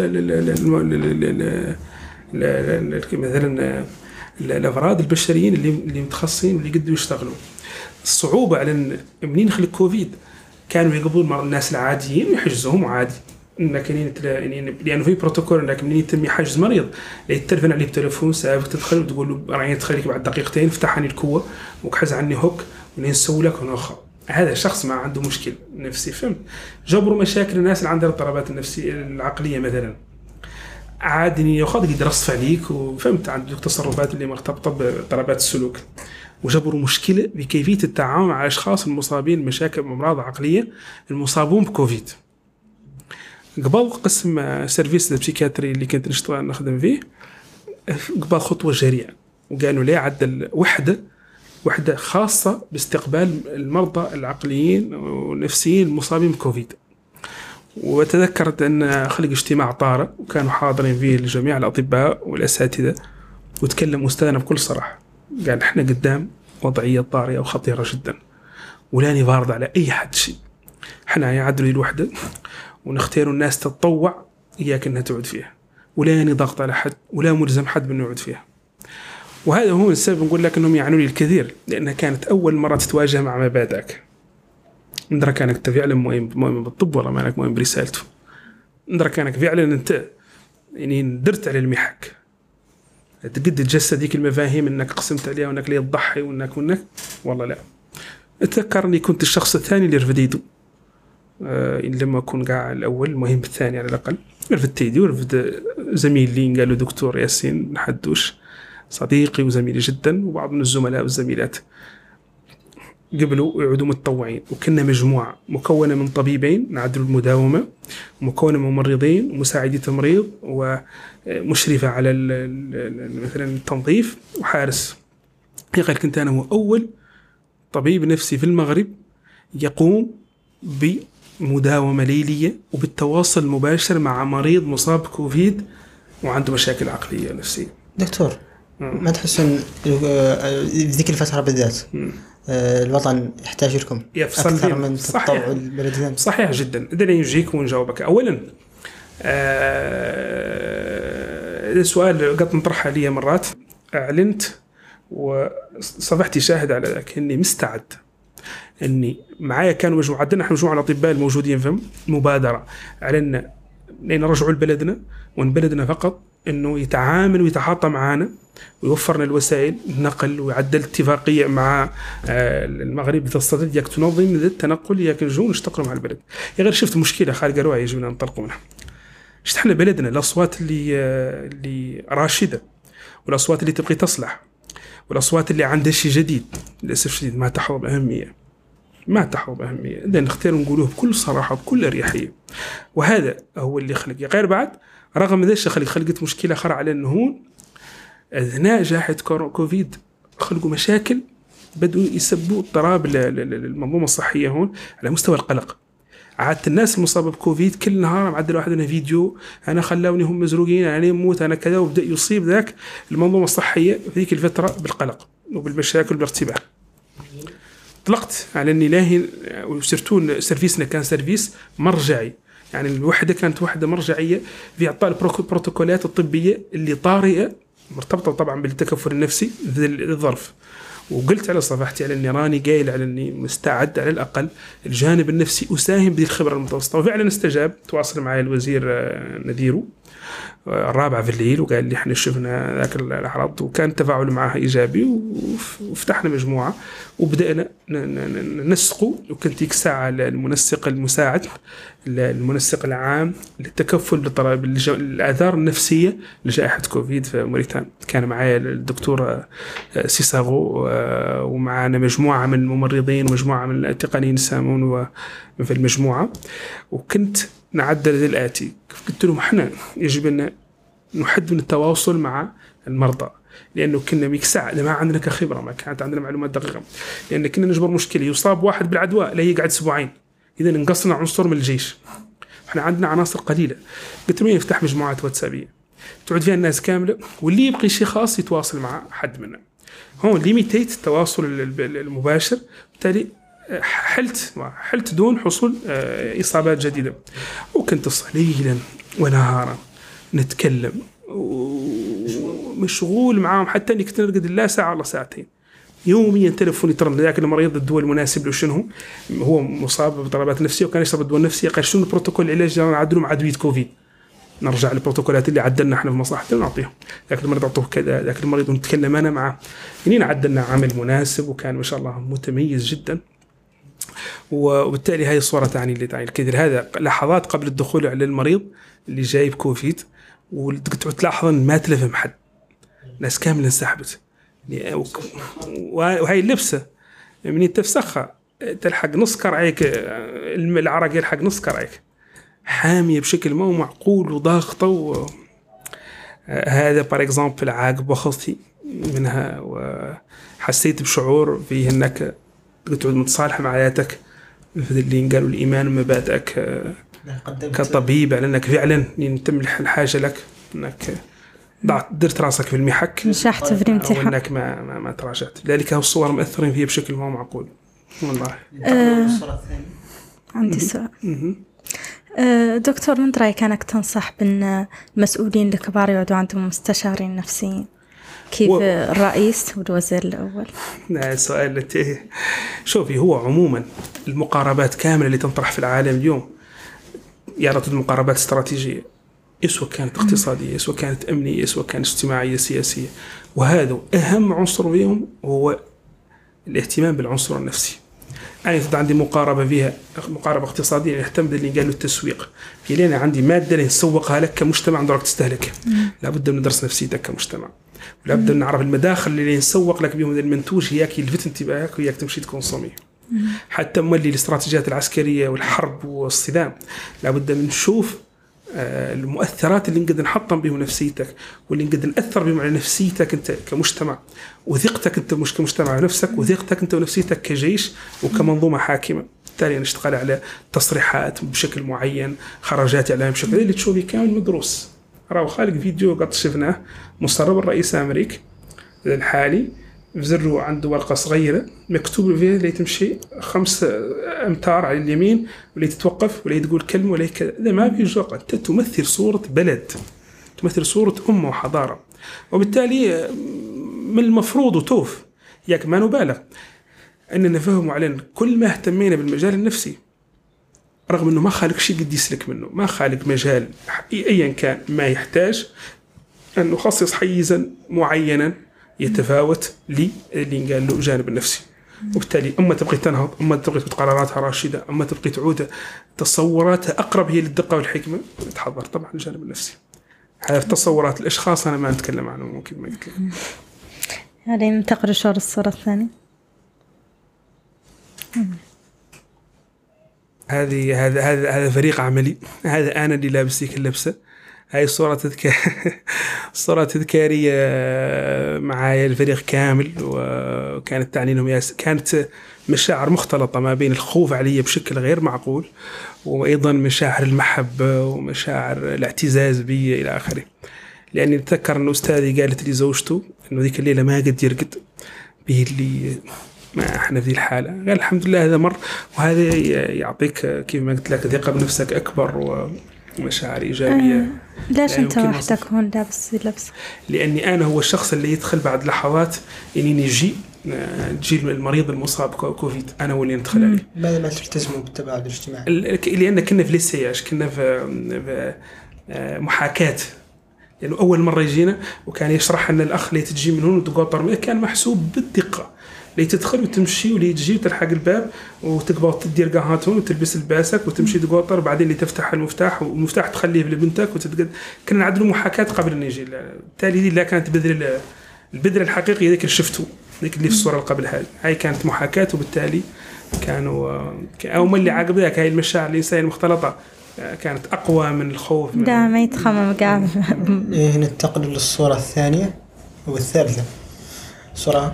مثلا الأفراد البشريين اللي اللي متخصصين واللي قدروا يشتغلوا. الصعوبة على منين يخلق كوفيد كانوا يقبلون الناس العاديين ويحجزوهم عادي. إنك يعني لأنه في بروتوكول إنك منين يتم يحجز مريض يتلفن عليه بتلفون سابق تدخل وتقول له رأيي تدخلك بعد دقيقتين فتحني الكوة وكحز عني هوك ونسوي لك ونأخر هذا شخص ما عنده مشكل نفسي، فهمت؟ جبروا مشاكل الناس اللي عندها اضطرابات النفسية العقلية مثلا، عادي ياخذ يدرس عليك وفهمت عندك تصرفات اللي مرتبطة باضطرابات السلوك، وجبروا مشكلة بكيفية التعامل مع الأشخاص المصابين بمشاكل أمراض عقلية المصابون بكوفيد. قبل قسم سيرفيس البسيكاتري اللي كنت نشتغل نخدم فيه، قبل خطوة جريئة وقالوا لي عدل وحدة وحدة خاصة باستقبال المرضى العقليين والنفسيين المصابين بكوفيد. وتذكرت أن خلق اجتماع طارئ وكانوا حاضرين فيه جميع الأطباء والأساتذة، وتكلم أستاذنا بكل صراحة قال إحنا قدام وضعية طارئة وخطيرة جدا، ولا نفارض على أي حد شيء، إحنا يعدلوا الوحدة ونختار الناس تتطوع إياك أنها تعود فيها، ولا نضغط على حد ولا ملزم حد بأنه يعود فيها. وهذا هو السبب نقول لك أنهم يعنوا لي الكثير، لأنها كانت أول مرة تتواجه مع مبادئك. ندرك أنك فعلا مؤمن بالطب ولا ما أنك مؤمن برسالته، ندرك أنك فعلا أنت يعني درت على المحك تقد تجسد ذيك المفاهيم أنك قسمت عليها وأنك ليه تضحي وأنك وأنك والله لا. أتذكرني كنت الشخص الثاني اللي رفديته آه لما أكون قاعد الأول مهم بالثاني على الأقل، رفدت يدي ورفد زميلي قالوا دكتور ياسين حدوش صديقي وزميلي جدا، وبعض من الزملاء والزميلات قبلوا يعودوا متطوعين، وكنا مجموعة مكونة من طبيبين نعدلوا المداومة، ومكونة من ممرضين ومساعدي تمريض ومشرفة على مثلا التنظيف وحارس. يقول كنت أنا هو أول طبيب نفسي في المغرب يقوم بمداومة ليلية وبالتواصل المباشر مع مريض مصاب كوفيد وعنده مشاكل عقلية نفسية. دكتور ما تحس ان ذيك الفترة بالذات الوطن يحتاج لكم أكثر من تطوع البلدين؟ صحيح جدا. دعني يجيك ونجاوبك. أولا آه السؤال قد نطرحه لي مرات، أعلنت وصبحتي شاهد على ذلك أني مستعد أني معايا كانوا مجموعة عندنا نحن مجموعة الأطباء الموجودين في مبادرة علينا لأن رجعوا لبلدنا وإن بلدنا فقط أنه يتعامل ويتحاطى معنا ويوفرنا الوسائل النقل ويعدل اتفاقية مع المغرب تستطيع ياك تنظم التنقل ياك نجو نشتغلوا مع البلد. يا غير شفت مشكلة خارج رواية يجبنا ننطلقوا منها. شفت احنا بلدنا الأصوات اللي اللي راشدة والأصوات اللي تبقي تصلح والأصوات اللي عندها شيء جديد للأسف الشديد ما تحظى بأهمية ما تحظى بأهمية. إذا نختار نقولوه بكل صراحة بكل أريحية، وهذا هو اللي خلق. غير بعد رغم ذلك خلق خلقت مشكلة أخرى على أنه أثناء جائحة كوفيد خلقوا مشاكل بدوا يسببوا اضطراب للمنظومة الصحية هون على مستوى القلق. عادة الناس المصابة بكوفيد كل نهار معدل واحد لنا فيديو أنا خلاوني هم مزروقين أنا موت أنا كذا، وبدأ يصيب ذاك المنظومة الصحية في ذيك الفترة بالقلق وبالمشاكل والارتباك. طلقت على أني لاهي وصرتون سيرفيسنا كان سيرفيس مرجعي، يعني الوحدة كانت وحدة مرجعية في إعطاء البروتوكولات الطبية اللي طارئة مرتبطة طبعا بالتكفل النفسي ذي الظرف. وقلت على صفحتي على أني راني قايل على أني مستعد على الأقل الجانب النفسي أساهم بذي الخبرة المتوسطة. وفعلا استجاب، تواصل معي الوزير نذيرو الرابعة في الليل وقال لي احنا شفنا ذاك الأعراض، وكان تفاعل معها إيجابي وفتحنا مجموعة وبدأنا ننسقه. وكنت يك ساعة المنسق المساعد المنسق العام للتكفل بالآثار النفسية لجائحة كوفيد في موريتانيا. كان معايا الدكتور سيساغو ومعنا مجموعة من الممرضين ومجموعة من التقنيين السامون في المجموعة، وكنت نعدل ذي الآتي. قلت لهم احنا يجب أن نحد من التواصل مع المرضى، لأنه كنا ميكسع لما عندنا كخبرة ما كانت عندنا معلومات دقيقة، لأن كنا نجبر مشكلة يصاب واحد بالعدوى لا يقعد أسبوعين، إذا نقصنا عنصر من الجيش. احنا عندنا عناصر قليلة. قلت لهم يفتح مجموعات واتسابية تعود فيها الناس كاملة، واللي يبقي شيء خاص يتواصل مع حد منا. هون ليميتيت التواصل المباشر، بالتالي حلت حلت دون حصول إصابات جديدة. وكنت صليلا ونهارا نتكلم ومشغول معهم حتى اني كنت نرقد لا ساعة ولا ساعتين يوميا. تلفوني ترن ذاك المريض الدواء المناسب له شنو، هو مصاب باضطرابات نفسية وكان يشرب الدواء النفسي، قال شنو البروتوكول العلاج نعدله مع ادوية كوفيد، نرجع للبروتوكولات اللي عدلنا احنا في مصلحتنا ونعطيهم. ذاك المريض اعطوه كذا، ذاك المريض ونتكلم انا معه، يعني عدلنا عامل مناسب وكان ما شاء الله متميز جدا. وبالتالي هذه الصورة تعني اللي تعني الكثير. هذا لحظات قبل الدخول على المريض اللي جايب كوفيد، وتقعد تلاحظ ان ما تلفهم حد، ناس كاملة انسحبت. وهي اللبسة من تفسخها تلحق نص كرعيك، العرق يلحق نص كرعيك، حامية بشكل ما هو معقول وضاغطة. و... هذا بار اكزامبل عاقب وخصتي منها، وحسيت بشعور فيه انك تقعد متصالح مع حياتك اللي قالوا الإيمان ومبادئك كطبيب، على أنك فعلا تملح الحاجة لك، أنك درت راسك في المحك، نجحت في الامتحان، وأنك ما ما, ما تراجعت. لذلك الصور مؤثرين فيه بشكل ما معقول والله. أه عندي سؤال. أه دكتور، من رأيك أنك تنصح بأن المسؤولين الكبار يقعدوا عندهم مستشارين نفسيين كيف و... الرئيس والوزير الأول؟ لا سؤال التي شوفي، هو عموما المقاربات كاملة اللي تنطرح في العالم اليوم يارت المقاربات استراتيجية، سواء كانت اقتصادية، سواء كانت أمنية، سواء كانت اجتماعية سياسية، وهذا أهم عنصر فيهم هو الاهتمام بالعنصر النفسي. أنا يعني عندي مقاربة فيها مقاربة اقتصادية يهتم باللي قال له التسويق، في أنا عندي مادة نسوقها لك كمجتمع عندك تستهلك، لابد من ندرس نفسيتك كمجتمع، لابد نعرف المداخل اللي نسوق لك بهم المنتوج هياك يلفت انتباهك وياك تمشي تكونسوميه. حتى مولي الاستراتيجيات العسكرية والحرب والصدام لابد من نشوف المؤثرات اللي نقدر نحطم بهم نفسيتك، واللي نقدر نأثر بهم على نفسيتك أنت كمجتمع، وثقتك أنت مش كمجتمع نفسك، وثقتك أنت ونفسيتك كجيش وكمنظومة حاكمة. بالتالي نشتغل على تصريحات بشكل معين، خرجات إعلام بشكل اللي تشوفي كامل مدروس. راهو خالق فيديو قد شفناه مسرب الرئيس الأمريكي الحالي بزروا عنده ورقة صغيرة مكتوب فيها اللي تمشي خمس أمتار على اليمين واللي تتوقف واللي تقول كلمة واللي كذا. إذا ما في جوق، أنت تمثل صورة بلد، تمثل صورة أمة وحضارة، وبالتالي من المفروض وتوف ياك ما نبالغ أننا نفهم علينا كل ما اهتمينا بالمجال النفسي، رغم أنه ما خالق شيء قد يسلك منه، ما خالق مجال أيا كان ما يحتاج أن نخصص حيزا معينا يتفاوت لي اللي قال له جانب النفسي. وبالتالي أما تبقي تنهض، أما تبقي قراراتها راشدة، أما تبقي تعود تصوراتها أقرب هي للدقة والحكمة، تحضر طبعا الجانب النفسي. هذا في تصورات الأشخاص أنا ما نتكلم عنه، ممكن ما قلت لك. يعني ننتقل شهر الصورة الثانية. هذه هذا هذا هذا فريق عملي، هذا أنا اللي لابس ذيك اللبسة. هاي الصورة تذكر الصورة تذكارية معايا الفريق كامل، وكانت تعني لهم ياس، كانت مشاعر مختلطة ما بين الخوف علي بشكل غير معقول، وأيضا مشاعر المحبة ومشاعر الاعتزاز بي إلى آخره. لأني أتذكر أن أستاذي قالت لي زوجته إنه ذيك الليلة ما قد يرقد به اللي ما احنا في الحالة. قال الحمد لله هذا مر، وهذا يعطيك كيف ما قلت لك ثقة بنفسك أكبر ومشاعر إيجابية. آه. ليش أنت وحدك هون لابس لبس؟ لأني أنا هو الشخص اللي يدخل بعد لحظات إني نجي تجي المريض المصاب كوفيد، أنا هو اللي ندخل عليه. ماذا ما تلتزموا بالتباعد الاجتماعي؟ لأن كنا في لسياش، كنا في محاكاة، لأنه يعني أول مرة يجينا وكان يشرح أن الأخ اللي تجي من هون وتقاطر كان محسوب بالدقة، اللي تدخل وتمشي واللي تجي وتلحق الباب وتقبض تدير قهاتهم وتلبس الباسك وتمشي تقاطر، بعدين اللي تفتح المفتاح والمفتاح تخليه لبنتك وتتقد. كنا نعدلوا محاكاة قبل أن يجي. بالتالي دي لا كانت بذل البذرة الحقيقية ذيك اللي شفتوا، ذيك اللي في الصورة اللي قبل هذه، هاي كانت محاكاة. وبالتالي كانوا أو من اللي عقب ذاك هاي المشاعر الإنسانية المختلطة كانت أقوى من الخوف. لا ما يتخمم قاعد. إيه ننتقل للصورة الثانية والثالثة. صورة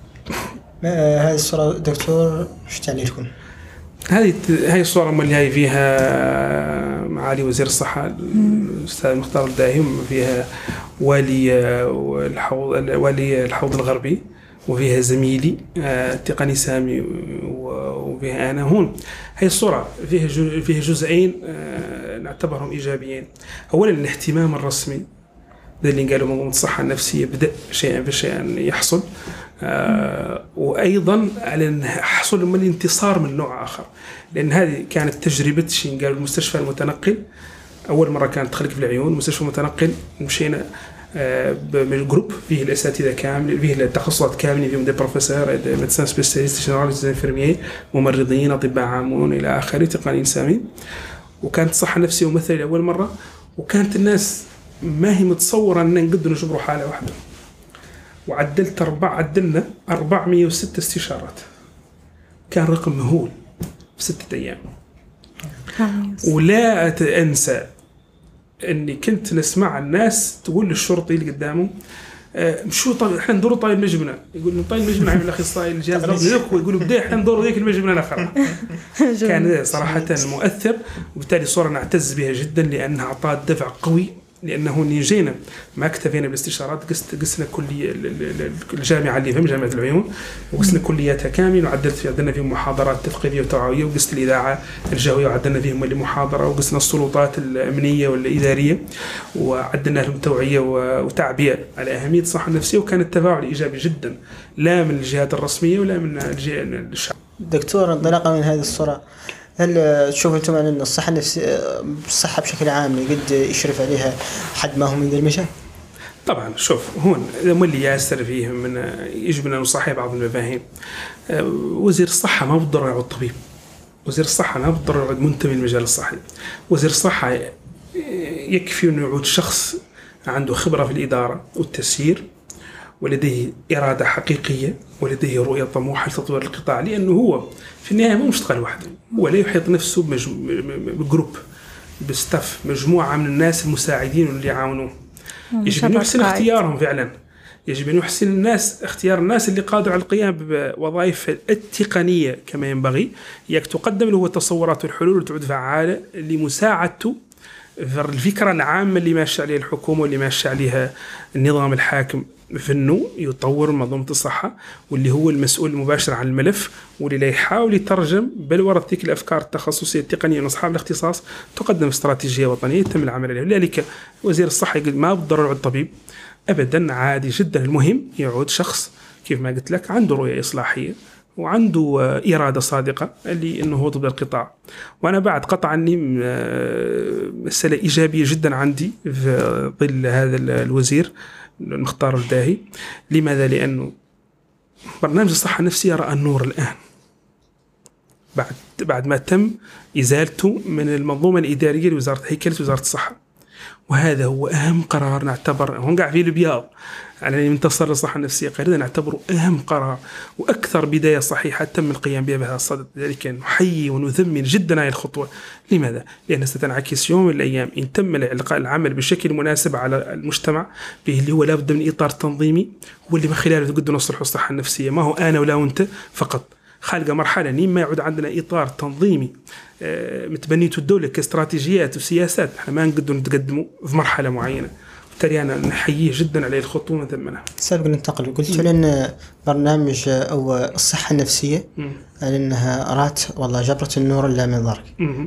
هذه الصورة دكتور إيش تعني لكم؟ هذه هاي الصورة اللي هي فيها معالي وزير الصحة الأستاذ مختار الداهم، فيها والي الحوض والي الحوض الغربي، وفيها زميلي التقني سامي، وفيها أنا هون. هاي الصورة فيها فيها جزئين نعتبرهم إيجابيين. أولا الاهتمام الرسمي اللي قالوا منظومة الصحة النفسية بدأ شيئا فشيئا يحصل، آه وأيضا على أن حصل من الانتصار من نوع آخر، لأن هذه كانت تجربة شيء قالوا المستشفى المتنقل. أول مرة كانت تخلق في العيون مستشفى متنقل، مشينا جروب فيه الاساتذه كامل، فيه التخصصات كامله، فيهم دي بروفيسور ميدسان سبيشاليست جنرال انفيرميي، ممرضين، اطباء عامون الى اخره، تقنيين سامين. وكانت الصحه النفسيه ممثله لاول مره، وكانت الناس ما هي متصوره ان نقدر نجبروا حاله واحده. وعدلت اربع عدلنا أربعمئة وستة استشارات، كان رقم مهول في ستة ايام. ولا انسى اني كنت نسمع الناس تقول للشرطي اللي قدامه آه شو طيب احنا ندور طيب المجبنه، يقول له طيب المجبنه عامل الاخصائي الجهاز الهضمي، ويقولوا بدي احنا ندور ذيك المجبنه الاخرى. كان صراحه مؤثر، وبالتالي صورة نعتز بها جدا لانها اعطت دفع قوي. لانه نجينا ما اكتفينا بالاستشارات، قست قسنا كليه الجامعه اللي فيها جامعه العيون، وقسنا كلياتها كامل، وعدلت في عندنا فيهم محاضرات تثقيفيه وتوعويه، وقست الاذاعه الجويه وعدلنا فيهم اللي محاضره، وقسنا السلطات الامنيه والاداريه وعدلنا لهم توعيه وتعبئه على اهميه الصحه النفسيه. وكان التفاعل ايجابي جدا، لا من الجهات الرسميه ولا من الشعب. دكتور، انطلاقا من هذه الصوره، هل تشوفوا أنتم أن الصحة النفسية الصحة بشكل عام قد يشرف عليها حد ما هو من ذي المجال؟ طبعا شوف، هون اللي ياسر فيه من يجب أن نصحح بعض المفاهيم. وزير الصحة ما بالضرورة يعود طبيب، وزير الصحة ما بالضرورة يعود منتمي للمجال الصحي. وزير الصحة يكفي أنه يعود شخص عنده خبرة في الإدارة والتسيير، ولديه إرادة حقيقية، ولديه رؤية طموحة لتطوير القطاع. لأنه هو في النهاية مو مشتغل وحده، هو لا يحيط نفسه بجروب بستاف، مجموعة من الناس المساعدين اللي يعاونوه. يجب أن يحسن اختيارهم فعلا، يجب أن يحسن الناس اختيار الناس اللي قادروا على القيام بوظائف التقنية كما ينبغي، ياك تقدم له تصورات والحلول وتعود فعالة لمساعدته في الفكرة العامة اللي ماشي عليها الحكومة واللي ماشي عليها النظام الحاكم، في انه يطور منظومه الصحه، واللي هو المسؤول المباشر عن الملف، واللي لا يحاول يترجم بل ورا تلك الافكار التخصصيه التقنيه من اصحاب الاختصاص تقدم استراتيجيه وطنيه يتم العمل عليها. لذلك وزير الصحه يقول ما بالضروره يعود طبيب ابدا، عادي جدا. المهم يعود شخص كيف ما قلت لك عنده رؤيه اصلاحيه وعنده إرادة صادقة اللي إنه هو ضد القطاع. وأنا بعد قطعا مسألة إيجابية جدا عندي في ظل هذا الوزير المختار الداهي. لماذا؟ لأنه برنامج الصحة النفسية رأى النور الآن بعد بعد ما تم إزالته من المنظومة الإدارية لوزارة هيكلة وزارة الصحة. وهذا هو أهم قرار نعتبر هون قاعد فيه البياض على منتصر الصحة النفسية قريبا، نعتبره أهم قرار وأكثر بداية صحيحة تم القيام بها بهذا الصدد. لذلك نحيي ونثمن جدا هذه الخطوة. لماذا؟ لأنها ستنعكس يوم من الأيام إن تم العمل بشكل مناسب على المجتمع به، اللي هو لابد من إطار تنظيمي هو اللي من خلاله تقدر نصلح الصحة النفسية. ما هو أنا ولا وأنت فقط، خالقة مرحلة نيم يعود عندنا إطار تنظيمي متبنيته الدولة كاستراتيجيات وسياسات احنا ما نقدر نتقدموا في مرحلة معينة. بالتالي أنا نحييه جدا على الخطوة ونثمنها. سابقا ننتقل، قلت لأن برنامج أو الصحة النفسية لأنها رات والله جبرت النور لا منظرك.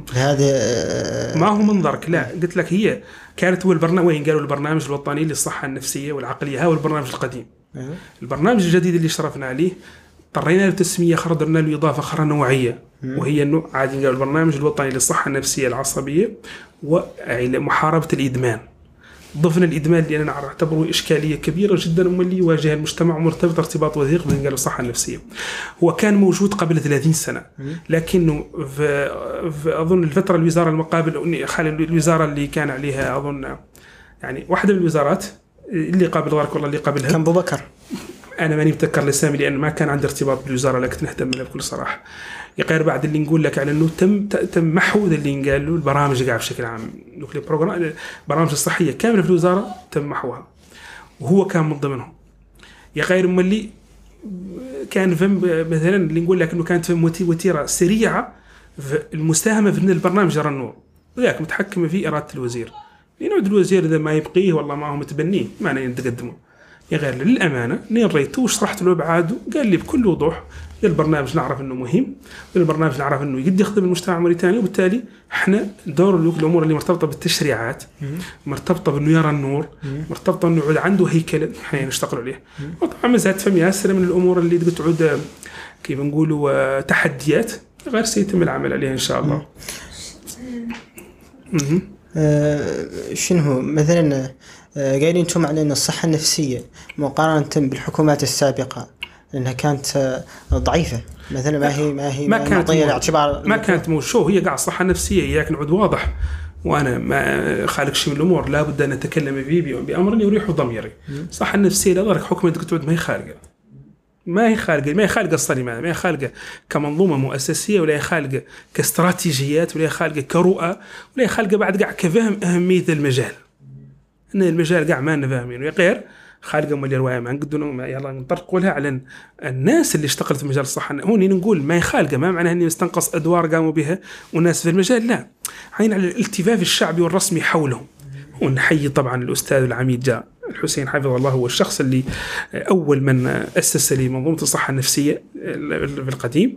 هذا ما هو منظرك، لا قلت لك هي كانت هو البرنامج وين قالوا البرنامج الوطني للصحة النفسية والعقلية، هو البرنامج القديم. أه. البرنامج الجديد اللي شرفنا عليه اضطرينا للتسمية، خرجنا له إضافة أخرى نوعية، وهي إنه عادي قالوا البرنامج الوطني للصحة النفسية العصبية ومحاربة الإدمان. ضفنا الإدمان لأننا نعتبره إشكالية كبيرة جدا واللي يواجه المجتمع ومرتبط ارتباط وثيق بين قالوا الصحة النفسية. هو كان موجود قبل ثلاثين سنة، لكنه في, في أظن الفترة الوزارة المقابل خلال الوزارة اللي كان عليها أظن يعني واحدة من الوزارات اللي قابل غارك والله اللي قابلها كان أبو بكر، أنا ماني متذكر لسامي لأن ما كان عندي ارتباط بالوزارة لكن نهتم لها بكل صراحة. غير بعد اللي نقول لك على إنه تم تم محو اللي نقال له البرامج قاعد بشكل عام، نقول برنامج البرامج الصحية كاملة في الوزارة تم محوها وهو كان من ضمنهم. يا غير من اللي كان فهم مثلا اللي نقول لك إنه كانت فهم وتيرة سريعة في المساهمة في البرنامج جرى النور، وذاك متحكم فيه إرادة الوزير. ينعد الوزير إذا ما يبقيه والله ما هو متبنيه ما نتقدمه. يا غير للأمانة نين ريته وشرحت له بعاده قال لي بكل وضوح البرنامج نعرف إنه مهم، البرنامج نعرف إنه يقد يخدم المجتمع الموريتاني، وبالتالي إحنا دور الأمور اللي مرتبطة بالتشريعات مرتبطة بإنه يرى النور مرتبطة إنه يعود عنده هيكلة إحنا نشتغل عليه. وطبعا مزات فم ياسر من الأمور اللي تقدر تعود كيف نقولوا تحديات غير سيتم العمل عليها إن شاء الله. آه شنو مثلا قايلين أنتم على أن الصحة النفسية مقارنة بالحكومات السابقة لأنها كانت ضعيفة مثلا، ما هي ما هي ما كانت مو... الاعتبار ما كانت مو شو هي قاع الصحة النفسية هي نعود واضح، وأنا ما خالق شيء من الأمور لابد أن أتكلم فيه بأمر يريح ضميري. الصحة النفسية لا ضرك حكومة تعود ما هي خالقة، ما هي خالقة ما هي خالقة الصليمة، ما هي خالقة كمنظومة مؤسسية، ولا هي خالقة كاستراتيجيات، ولا هي خالقة كرؤى، ولا هي خالقة بعد قاع كفهم أهمية المجال. إن المجال قاع ما نفهمين غير خالقة مولي رواية ما نقدر يلا نطرقوا لها على الناس اللي اشتغلت في مجال الصحة. هون نقول ما هي خالقة ما معناها إني مستنقص أدوار قاموا بها وناس في المجال، لا، عين على الالتفاف الشعبي والرسمي حولهم. ونحيي طبعا الأستاذ العميد جاء الحسين حفظه الله، هو الشخص اللي أول من أسس لي منظومة الصحة النفسية في القديم.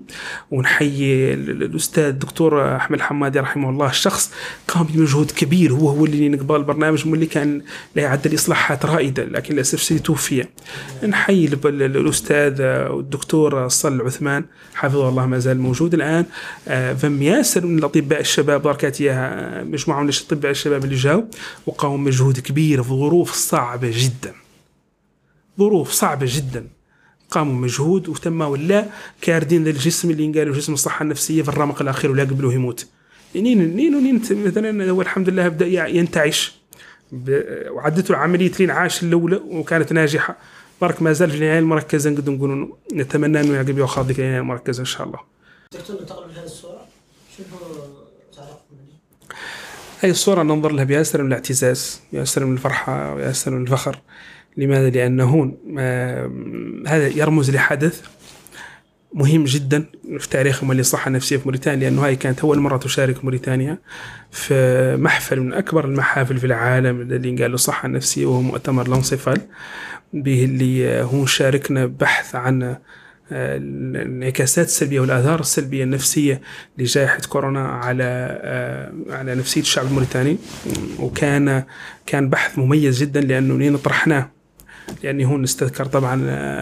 ونحيي الأستاذ الدكتور أحمد الحمادي رحمه الله، الشخص قام بمجهود كبير، هو هو اللي نقبل البرنامج واللي كان لا يعدل إصلاحات رائدة، لكن للأسف سيتوفي. نحيي الأستاذ الدكتور صل عثمان حفظه الله ما زال موجود الآن. فم ياسر من الأطباء الشباب باركاتيها مجموعة من الأطباء الشباب اللي جاوا وقاموا مجهود كبير في ظروف صعبة جدا، ظروف صعبة جدا قاموا مجهود وتم ولا كاردين للجسم اللي قالوا جسم الصحة النفسية في الرمق الأخير ولا قبله يموت. نين نين نين مثلا هو الحمد لله بدأ ينتعش وعدته العملية لين عاش الأولى وكانت ناجحة. بارك ما زال في العناية المركزة نقدر نقول نتمنى إنه يعقب يأخذ ذيك العناية المركزة إن شاء الله. دكتور ننتقل من هذه الصورة، شنو تعرفكم مني؟ هاي الصورة ننظر لها بياسر من الاعتزاز، بياسر من الفرحة، بياسر من الفخر. لماذا؟ لأنه هون هذا يرمز لحدث مهم جدا في تاريخ مولي الصحة النفسية في موريتانيا، لأنه هاي كانت أول مرة تشارك موريتانيا في محفل من أكبر المحافل في العالم اللي قال له الصحة النفسية، وهو مؤتمر لانسيفال به، اللي هو شاركنا بحث عن الانعكاسات السلبية والآثار السلبية النفسية لجائحة كورونا على على نفسية الشعب الموريتاني. وكان كان بحث مميز جدا لأنه طرحناه، لأني هون نستذكر طبعا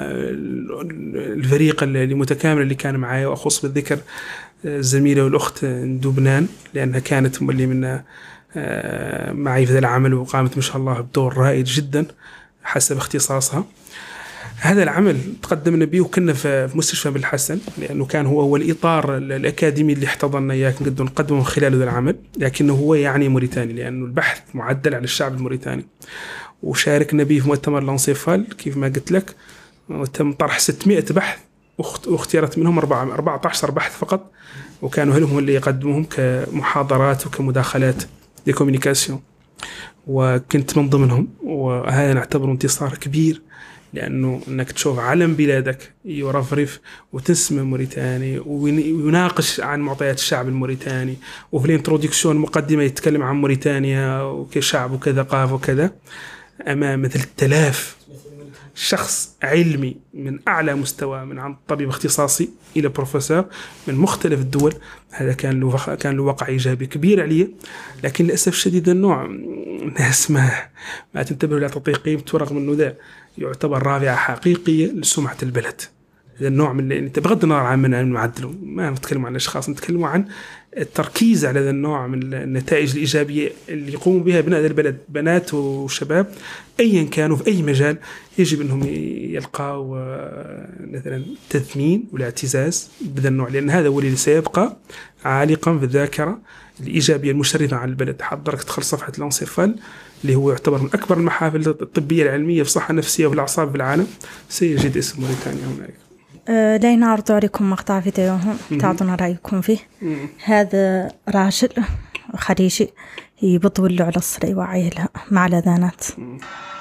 الفريق اللي متكامل اللي كان معايا، وأخص بالذكر الزميلة والأخت دبنان لأنها كانت اللي من معي في ذا العمل وقامت ما شاء الله بدور رائد جدا حسب اختصاصها. هذا العمل تقدمنا به وكنا في مستشفى بالحسن، لأنه كان هو هو الإطار الأكاديمي اللي احتضننا إياه نقدر نقدمه من خلال هذا العمل، لكنه هو يعني موريتاني لأنه البحث معدل على الشعب الموريتاني. وشاركنا به في مؤتمر لانسيفال كيف ما قلت لك، تم طرح ستمائة بحث واختيارت منهم أربعة عشر بحث فقط، وكانوا هم اللي يقدموهم كمحاضرات وكمداخلات دي كوميونيكاسيون، وكنت من ضمنهم. وهذا نعتبره انتصار كبير، لأنه أنك تشوف علم بلادك يرفرف وتسمى موريتاني ويناقش عن معطيات الشعب الموريتاني، وفي الانترودكسيون مقدمة يتكلم عن موريتانيا وكشعب وكثقافة وكذا أمام ثلاثة آلاف شخص علمي من أعلى مستوى، من عن طبيب اختصاصي إلى بروفيسور من مختلف الدول. هذا كان له كان له وقع إيجابي كبير عليه، لكن للأسف شديد النوع الناس ما ما تنتبه لا تعطيه قيمته، رغم إنه ذا يعتبر رافعة حقيقية لسمعة البلد. هذا النوع من اللي انت بغض النظر عن من المعدل، ما نتكلم عن الاشخاص، نتكلم عن التركيز على هذا النوع من النتائج الإيجابية اللي يقوموا بها ابناء البلد، بنات وشباب ايا كانوا في اي مجال، يجب انهم يلقوا مثلا تثمين والاعتزاز بهذا النوع، لان هذا هو اللي سيبقى عالقا في الذاكرة الإيجابية المشرفة على البلد. حضرتك تدخل صفحة لانسيفال اللي هو يعتبر من أكبر المحافل الطبية العلمية في الصحة النفسية والأعصاب في العالم، سيجد اسم موريتانيا هناك. أه لين نعرض عليكم مقطع فيديو تعطونا رأيكم فيه. مم. هذا راجل خليجي يبطل له على الصلاة يوعيه لها مع الأذانات. مم.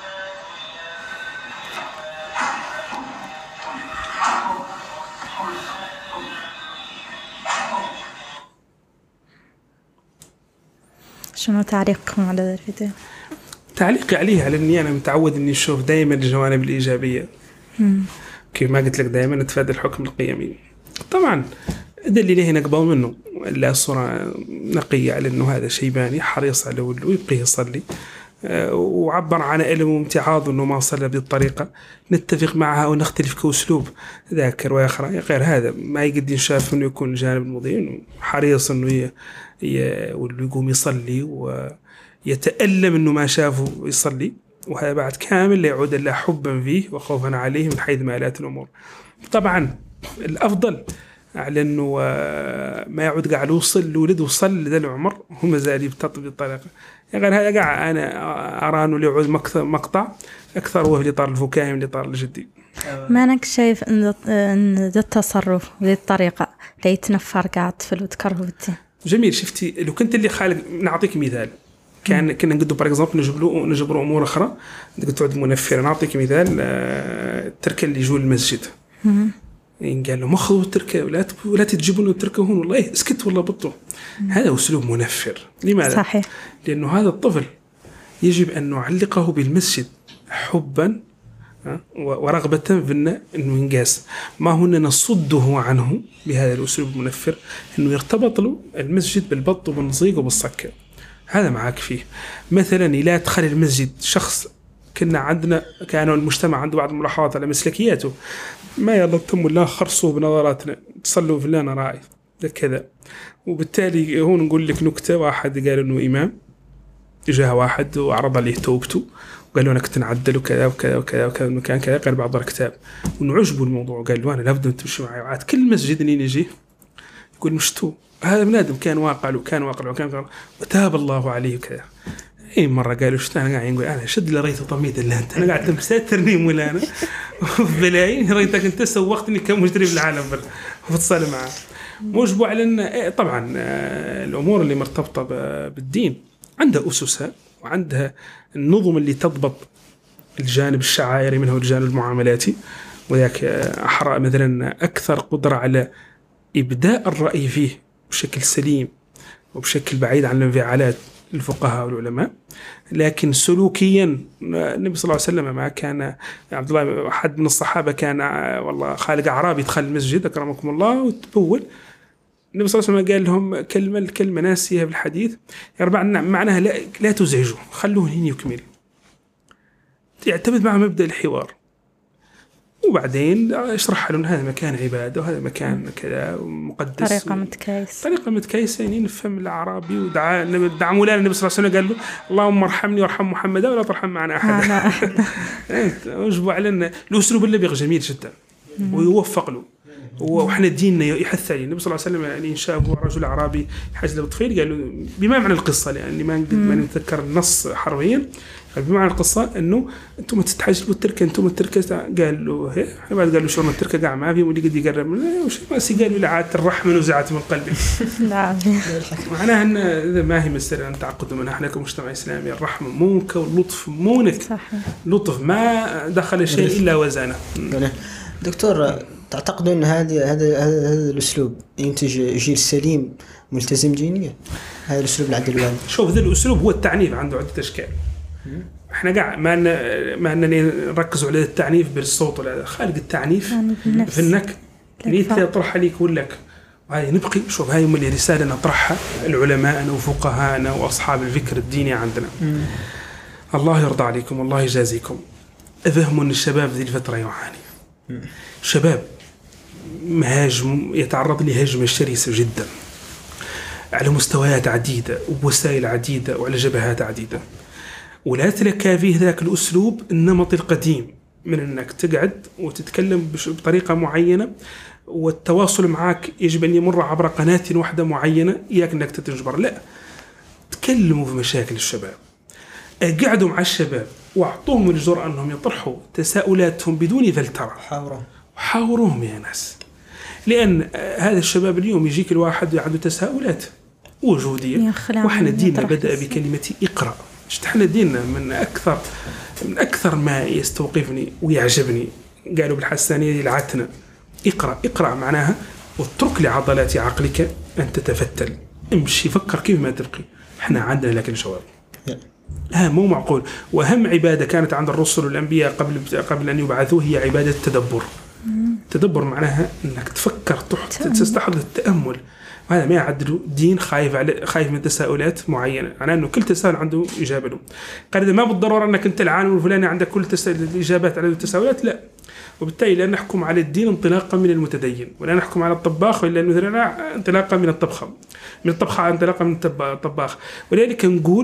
شنو تعليقكم على هذا الفيديو؟ تعليقي عليه على اني انا متعود اني اشوف دائما الجوانب الايجابيه. مم. كيف ما قلت لك دائما نتفادى الحكم القيمي. طبعا هذا اللي ليه نقبل منه لا صورة نقية على انه هذا شيباني حريص على ولو ويبقى يصلي، أه وعبر عن ألم وامتعاض انه ما صلى بهالطريقه، نتفق معها ونختلف كاسلوب ذاكر واخر غير هذا ما يقدر يشاف انه يكون جانب المضيء حريص انه ي... واللي يقوم يصلي ويتألم انه ما شافه يصلي. وهذا بعد كامل لا يعود إلا حبا فيه وخوفا عليه من حيث مآلات الأمور. طبعا الأفضل على أنه ما يعود قاعد يوصل الولد وصل لذا العمر هم زالي بتطبيق الطريقة. يعني هذا قاعد أنا أرى أنه يعود مقطع أكثر هو في الإطار الفكاهي من الإطار الجدي. ما أنك شايف أن أن ذا التصرف ذي الطريقة لا يتنفر قاعد طفل وتكرهه بالتين؟ جميل. شفتي لو كنت اللي خالق، نعطيك مثال، كان كنا نقدر بار اكزومبل نجبروا نجبروا امور اخرى قلت تعود منفره. نعطيك مثال، التركه اللي يجوا المسجد قال له مخذوا التركه ولا ولا تجيبوا التركه هون، والله اسكت والله بطوا. هذا اسلوب منفر. لماذا؟ صحيح. لانه هذا الطفل يجب ان نعلقه بالمسجد حبا ورغبة في انه ينقاس، ما هنا نصده عنه بهذا الاسلوب المنفر، انه يرتبط له المسجد بالبط وبالنصيق وبالصكة. هذا معك فيه. مثلا لا تخلي المسجد شخص، كنا عندنا كانوا المجتمع عنده بعض الملاحظات على مسلكياته، ما يلا تم الله خرصوا بنظراتنا تصلوا فلان رائع كذا. وبالتالي هون نقول لك نكتة، واحد قال انه امام، جاء واحد وعرض عليه توبته وقال له أنا كنت نعدل وكذا وكذا وكذا وكذا المكان كذا، قال بعض الكتاب ونعجبوا الموضوع وقال له أنا لابد تمشي معي. وعاد كل مسجد اللي نجي يقول مشتو هذا من آدم كان واقع له كان واقع له كان واقع وتاب الله عليه وكذا. أي مرة قالوا شت أنا قاعد نقول أنا شد اللي ريته طميت اللي أنت أنا قاعد تمساترني ولا أنا بلاين ريتك أنت سوقتني كمجرم العالم وبتصل معه. موجبوا على أن طبعا الأمور اللي مرتبطة بالدين عندها أسسها وعندها النظم اللي تضبط الجانب الشعائري منه والجانب المعاملاتي، وذاك أحرى مثلا أكثر قدرة على إبداء الرأي فيه بشكل سليم وبشكل بعيد عن الانفعالات الفقهاء والعلماء. لكن سلوكيا النبي صلى الله عليه وسلم ما كان، عبد الله أحد من الصحابة كان والله خالق أعرابي يدخل المسجد أكرمكم الله وتبول، النبي صلى الله عليه وسلم قال لهم كلمة الكلمة ناسيها بالحديث يعني معناها لا, لا تزعجوا خلوه هنا يكمل، يعتمد مع مبدأ الحوار. وبعدين اشرح لهم هذا مكان عبادة وهذا مكان كذا مقدس، طريقة متكايسة طريقة متكايسة يعني نفهم الأعرابي. ودعا دعا مولانا النبي صلى الله عليه وسلم قال له اللهم ارحمني وارحم محمدا ولا ترحم معنا أحد. وجبوا علينا الأسلوب اللبق جميل جدا ويوفق له، وإحنا ديننا يحث عليه. النبي صلى الله عليه وسلم يعني إن شافه رجل أعرابي حاج له طفيل قال له بما معنى القصة، لأن ما ما نتذكر النص حرفيا، بمعنى القصة إنه أنتم ما تستحجبوا التركة أنتم التركة. قال له هي بعد قال له شو التركة قاعد ما في واللي قد يقرب منه وش ما سي قال له لعات الرحمة نزعت من قلبي. نعم. معناها إن إذا ما هي مسألة أن تعقد من إحنا كمجتمع إسلامي الرحمة مونك واللطف مونك. صحيح. لطف ما دخل شيء إلا وزانه. دكتور تعتقد أن هذا هذا هذا الأسلوب ينتج جيل سليم ملتزم دينيا؟ هذا الأسلوب العدل الوالد. شوف ذا الأسلوب هو التعنيف عنده عدة أشكال. احنا قاعد ما ما نركزوا على التعنيف بالصوت ولا خالق التعنيف في انك نيت تطرح عليك ولك. وهي نبقي شوف هاي من الرساله نطرحها العلماء وفقهاءنا واصحاب الفكر الديني عندنا. مم. الله يرضى عليكم والله يجازيكم. افهموا ان الشباب ذي الفتره يعاني. مم. شباب مهاجم يتعرض لهجمه شرسه جدا على مستويات عديده ووسائل عديده وعلى جبهات عديده، ولا تلك فيه ذاك الأسلوب النمط القديم من أنك تقعد وتتكلم بطريقة معينة والتواصل معك يجب أن يمر عبر قناة واحدة معينة إياك أنك تتجبر. لا، تكلموا في مشاكل الشباب، قعدوا مع الشباب واعطوهم الجرأة أنهم يطرحوا تساؤلاتهم بدون فلترة. حاورهم حاوروهم يا ناس، لأن هذا الشباب اليوم يجيك الواحد عنده تساؤلات وجودية، وإحنا ديننا بدأ بكلمة اقرأ. احنا ديننا من أكثر من أكثر ما يستوقفني ويعجبني قالوا بالحسانية العتنة اقرأ. اقرأ معناها واترك لعضلات عقلك أن تتفتل، امشي فكر كيف ما تبقي. احنا عندنا لكن جواب ها مو معقول. وأهم عبادة كانت عند الرسل والأنبياء قبل قبل أن يبعثوا هي عبادة التدبر. التدبر معناها أنك تفكر تستحضر التأمل. هذا ما يعدلوا دين خايف على خايف من تساؤلات معينة، معناه إنه كل تساؤل عنده إجابة له. قال إذا ما بالضرورة أنك أنت العالم الفلاني عندك كل تساؤل الإجابات على التساؤلات، لا. وبالتالي لا نحكم على الدين انطلاقا من المتدين، ولا نحكم على الطباخ إلا مثلا انطلاقا من الطبخة من الطبخة انطلاقا من الطباخ. ولذلك نقول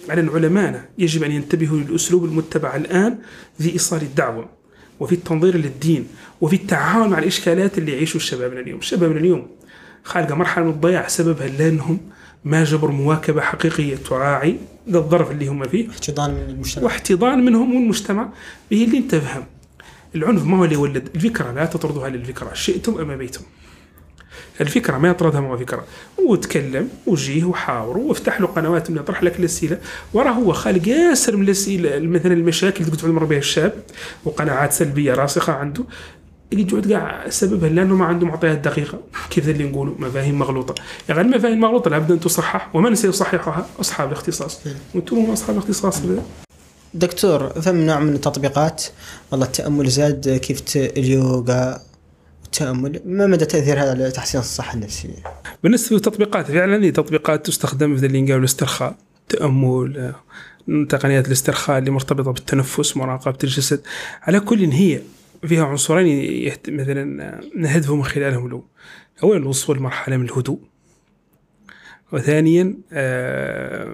على علمائنا يجب أن ينتبهوا للأسلوب المتبع الآن في إيصال الدعوة وفي التنظير للدين وفي التعامل مع الإشكالات اللي يعيشوا الشبابنا اليوم. شبابنا اليوم خالقة مرحلة من الضياع سببها لأنهم ما جبر مواكبة حقيقية تراعي الظرف اللي هم فيه، احتضان من المجتمع واحتضان منهم والمجتمع به اللي انت فهم. العنف ما هو اللي يولد الفكرة، لا تطردها للفكرة شئتم أم أبيتم. الفكرة ما يطردها مع فكرة، وتكلم وجيه وحاور وافتح له قنوات من يطرح لك الأسئلة، وراه هو خالق ياسر من الأسئلة مثلا المشاكل اللي تقعد تمر بها الشاب وقناعات سلبية راسخة عنده اللي يقعد قاع سببها لأنه ما عنده معطيات دقيقة، كيف اللي نقوله مفاهيم مغلوطة. يعني المفاهيم مغلوطة لابد أن تصحح، ومن سيصححها؟ أصحاب الاختصاص، وأنتم هم أصحاب الاختصاص. دكتور، فم نوع من التطبيقات والله التأمل زاد، كيف اليوغا التأمل، ما مدى تأثير هذا على تحسين الصحة النفسية؟ بالنسبة للتطبيقات فعلا هي تطبيقات تستخدم في اللي نقال الاسترخاء، تأمل، تقنيات الاسترخاء اللي مرتبطة بالتنفس، مراقبة الجسد. على كل هي فيها عنصرين مثلا نهدف من خلالهم له، أولا الوصول لمرحلة من الهدوء، وثانيا آه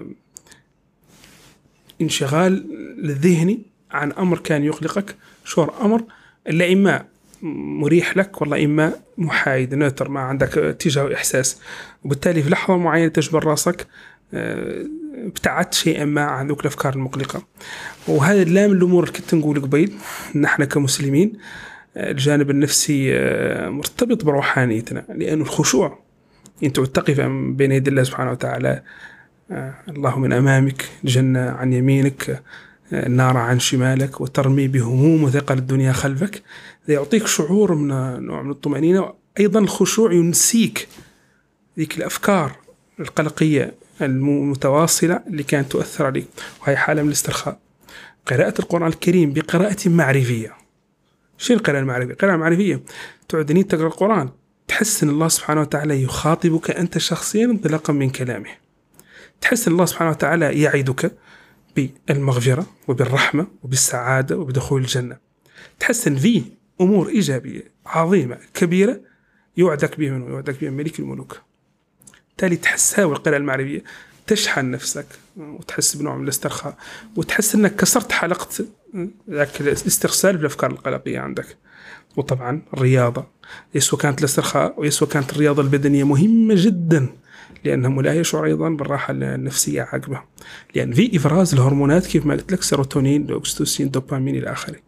انشغال الذهني عن أمر كان يقلقك، شور أمر لا إما مريح لك والله إما محايد ناتر ما عندك تجاه إحساس، وبالتالي في لحظة معينة تجبر راسك ابتعدت شيئا ما عن ذوك الأفكار المقلقة. وهذا لا من الأمور اللي كنت نقول قبيل، نحن كمسلمين الجانب النفسي مرتبط بروحانيتنا، لأن الخشوع أنت تقف بين يدي الله سبحانه وتعالى، الله من أمامك، الجنة عن يمينك، النار عن شمالك، وترمي بهموم وثقل الدنيا خلفك، يعطيك شعور من نوع من الطمأنينة. أيضا الخشوع ينسيك ذيك الأفكار القلقية المتواصلة اللي كانت تؤثر عليك، وهي حالة من الاسترخاء. قراءة القرآن الكريم بقراءة معرفية. شو القراءة المعرفية؟ القراءة المعرفية تعودني تقرأ القرآن تحس أن الله سبحانه وتعالى يخاطبك أنت شخصيا انطلاقا من كلامه، تحس أن الله سبحانه وتعالى يعدك بالمغفرة وبالرحمة وبالسعادة وبدخول الجنة، تحس أن فيه أمور إيجابية عظيمة كبيرة يوعدك بها منه، يوعدك بها ملك الملوك. تالي تحسها، والقراءة المعرفية تشحن نفسك وتحس بنوع من الاسترخاء، وتحس أنك كسرت حلقة ذاك الاسترسال بالأفكار القلقية عندك. وطبعا الرياضة، يسوى كانت الاسترخاء ويسوى كانت الرياضة البدنية مهمة جدا، لأنه لا يشعر أيضا بالراحة النفسية عقبها، لأن في إفراز الهرمونات كيف ما قلت لك، سيروتونين، أكسيتوسين، دوبامين إلى آخره.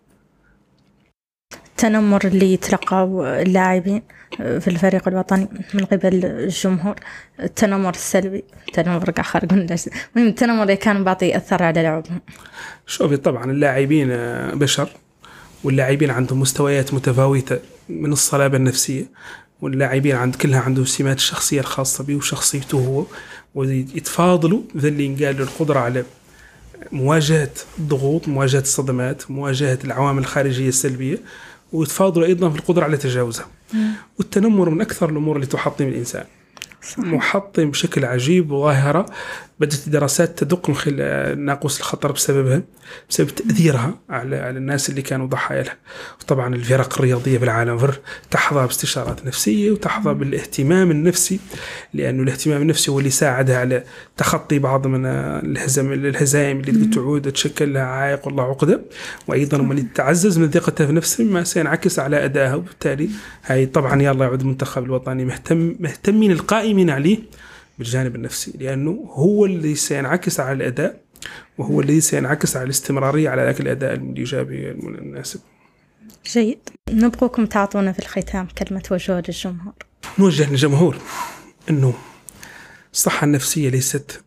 التنمر اللي يتلقاه اللاعبين في الفريق الوطني من قبل الجمهور، التنمر السلبي، التنمر قاع خارج من الأجزاء، المهم التنمر اللي كان باطي يأثر على لعبهم. شوفي طبعا اللاعبين بشر، واللاعبين عندهم مستويات متفاوتة من الصلابة النفسية، واللاعبين عند كلها عنده سمات الشخصية الخاصة به وشخصيته هو، ويتفاضلوا ذا اللي قال له القدرة على مواجهة الضغوط، مواجهة الصدمات، مواجهة العوامل الخارجية السلبية، ويتفاضلوا أيضا في القدرة على تجاوزها. والتنمر من أكثر الأمور اللي تحطم الإنسان، صحيح. محطم بشكل عجيب، وظاهرة بدأت دراسات تدق من خلال ناقوس الخطر بسببها، بسبب تأثيرها على على الناس اللي كانوا ضحايا لها. وطبعا الفرق الرياضية بالعالم فر تحظى باستشارات نفسية وتحظى بالاهتمام النفسي، لأنه الاهتمام النفسي هو اللي ساعدها على تخطي بعض من الهزم الهزائم اللي تعود تشكل لها عائق والله عقدة، وأيضا من تعزز من ثقتها في نفسها مما سينعكس على أدائها. وبالتالي هاي طبعا يلا يعود المنتخب الوطني مهتم مهتمين القائمين عليه بالجانب النفسي، لأنه هو اللي سينعكس على الأداء، وهو الذي سينعكس على الاستمرارية على ذاك الأداء الإيجابي المناسب. جيد، نبغوكم تعطونا في الختام كلمة وجه للجمهور. نوجه للجمهور أنه الصحة النفسية ليست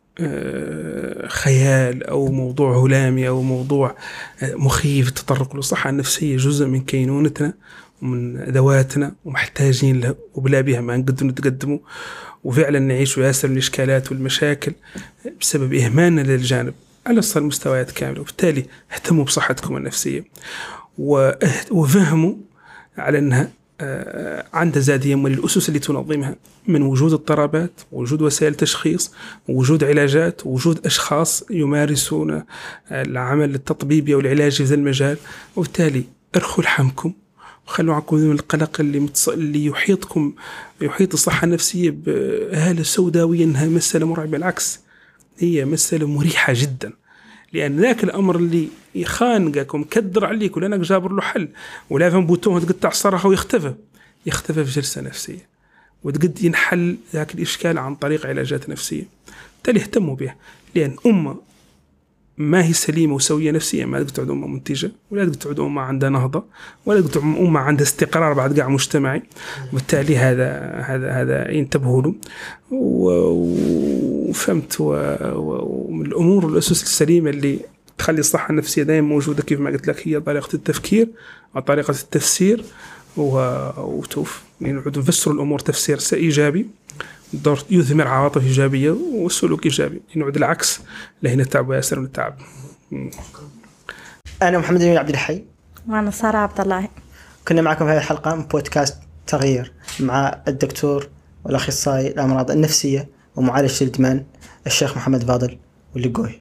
خيال أو موضوع هلامي أو موضوع مخيف التطرق له. الصحة النفسية جزء من كينونتنا ومن أدواتنا ومحتاجين لها، وبلا بها ما نقدر نتقدمه، وفعلا نعيش وياسر الإشكالات والمشاكل بسبب إهمالنا للجانب على المستويات كاملة. وبالتالي اهتموا بصحتكم النفسية، وفهموا على أنها عندها زادية من الأسس اللي تنظمها، من وجود اضطرابات، وجود وسائل تشخيص، وجود علاجات، ووجود أشخاص يمارسون العمل التطبيبي والعلاجي في ذا المجال. وبالتالي ارخوا لحمكم وخلوا عنكم من القلق اللي, متص... اللي يحيطكم، يحيط الصحة النفسية بهالة سوداوية إنها مسألة مرعبة. بالعكس، هي مسألة مريحة جدا، لأن ذاك الأمر اللي يخانقك ومكدر عليك ولأنك جابر له حل ولا فهم بوتوه تقطع صرخه ويختفى يختفى في جلسة نفسية وتقد ينحل ذاك الإشكال عن طريق علاجات نفسية. بالتالي اهتموا به، لأن أمة ما هي سليمة وسوية نفسيا ما تقدر تعود أمة منتجة، ولا تقدر تعود أمة عندها نهضة، ولا تقدر تعود أمة عندها استقرار بعد قاع مجتمعي. وبالتالي هذا هذا هذا ينتبهوا له وفهمت. ومن الأمور والأسس السليمة اللي تخلي الصحة النفسية دائما موجودة كيف ما قلت لك هي طريقة التفكير وطريقة التفسير وتوف يعني نعود نفسر الأمور تفسير إيجابي دور يثمر عواطف إيجابية وسلوك إيجابي، نعود العكس لهنا التعب وياسر من التعب. أنا محمد بن عبد الحي. وأنا سارة عبد الله. كنا معكم في هذه الحلقة من بودكاست تغيير مع الدكتور والأخصائي الأمراض النفسية ومعالجة الإدمان الشيخ محمد فاضل واللقوي.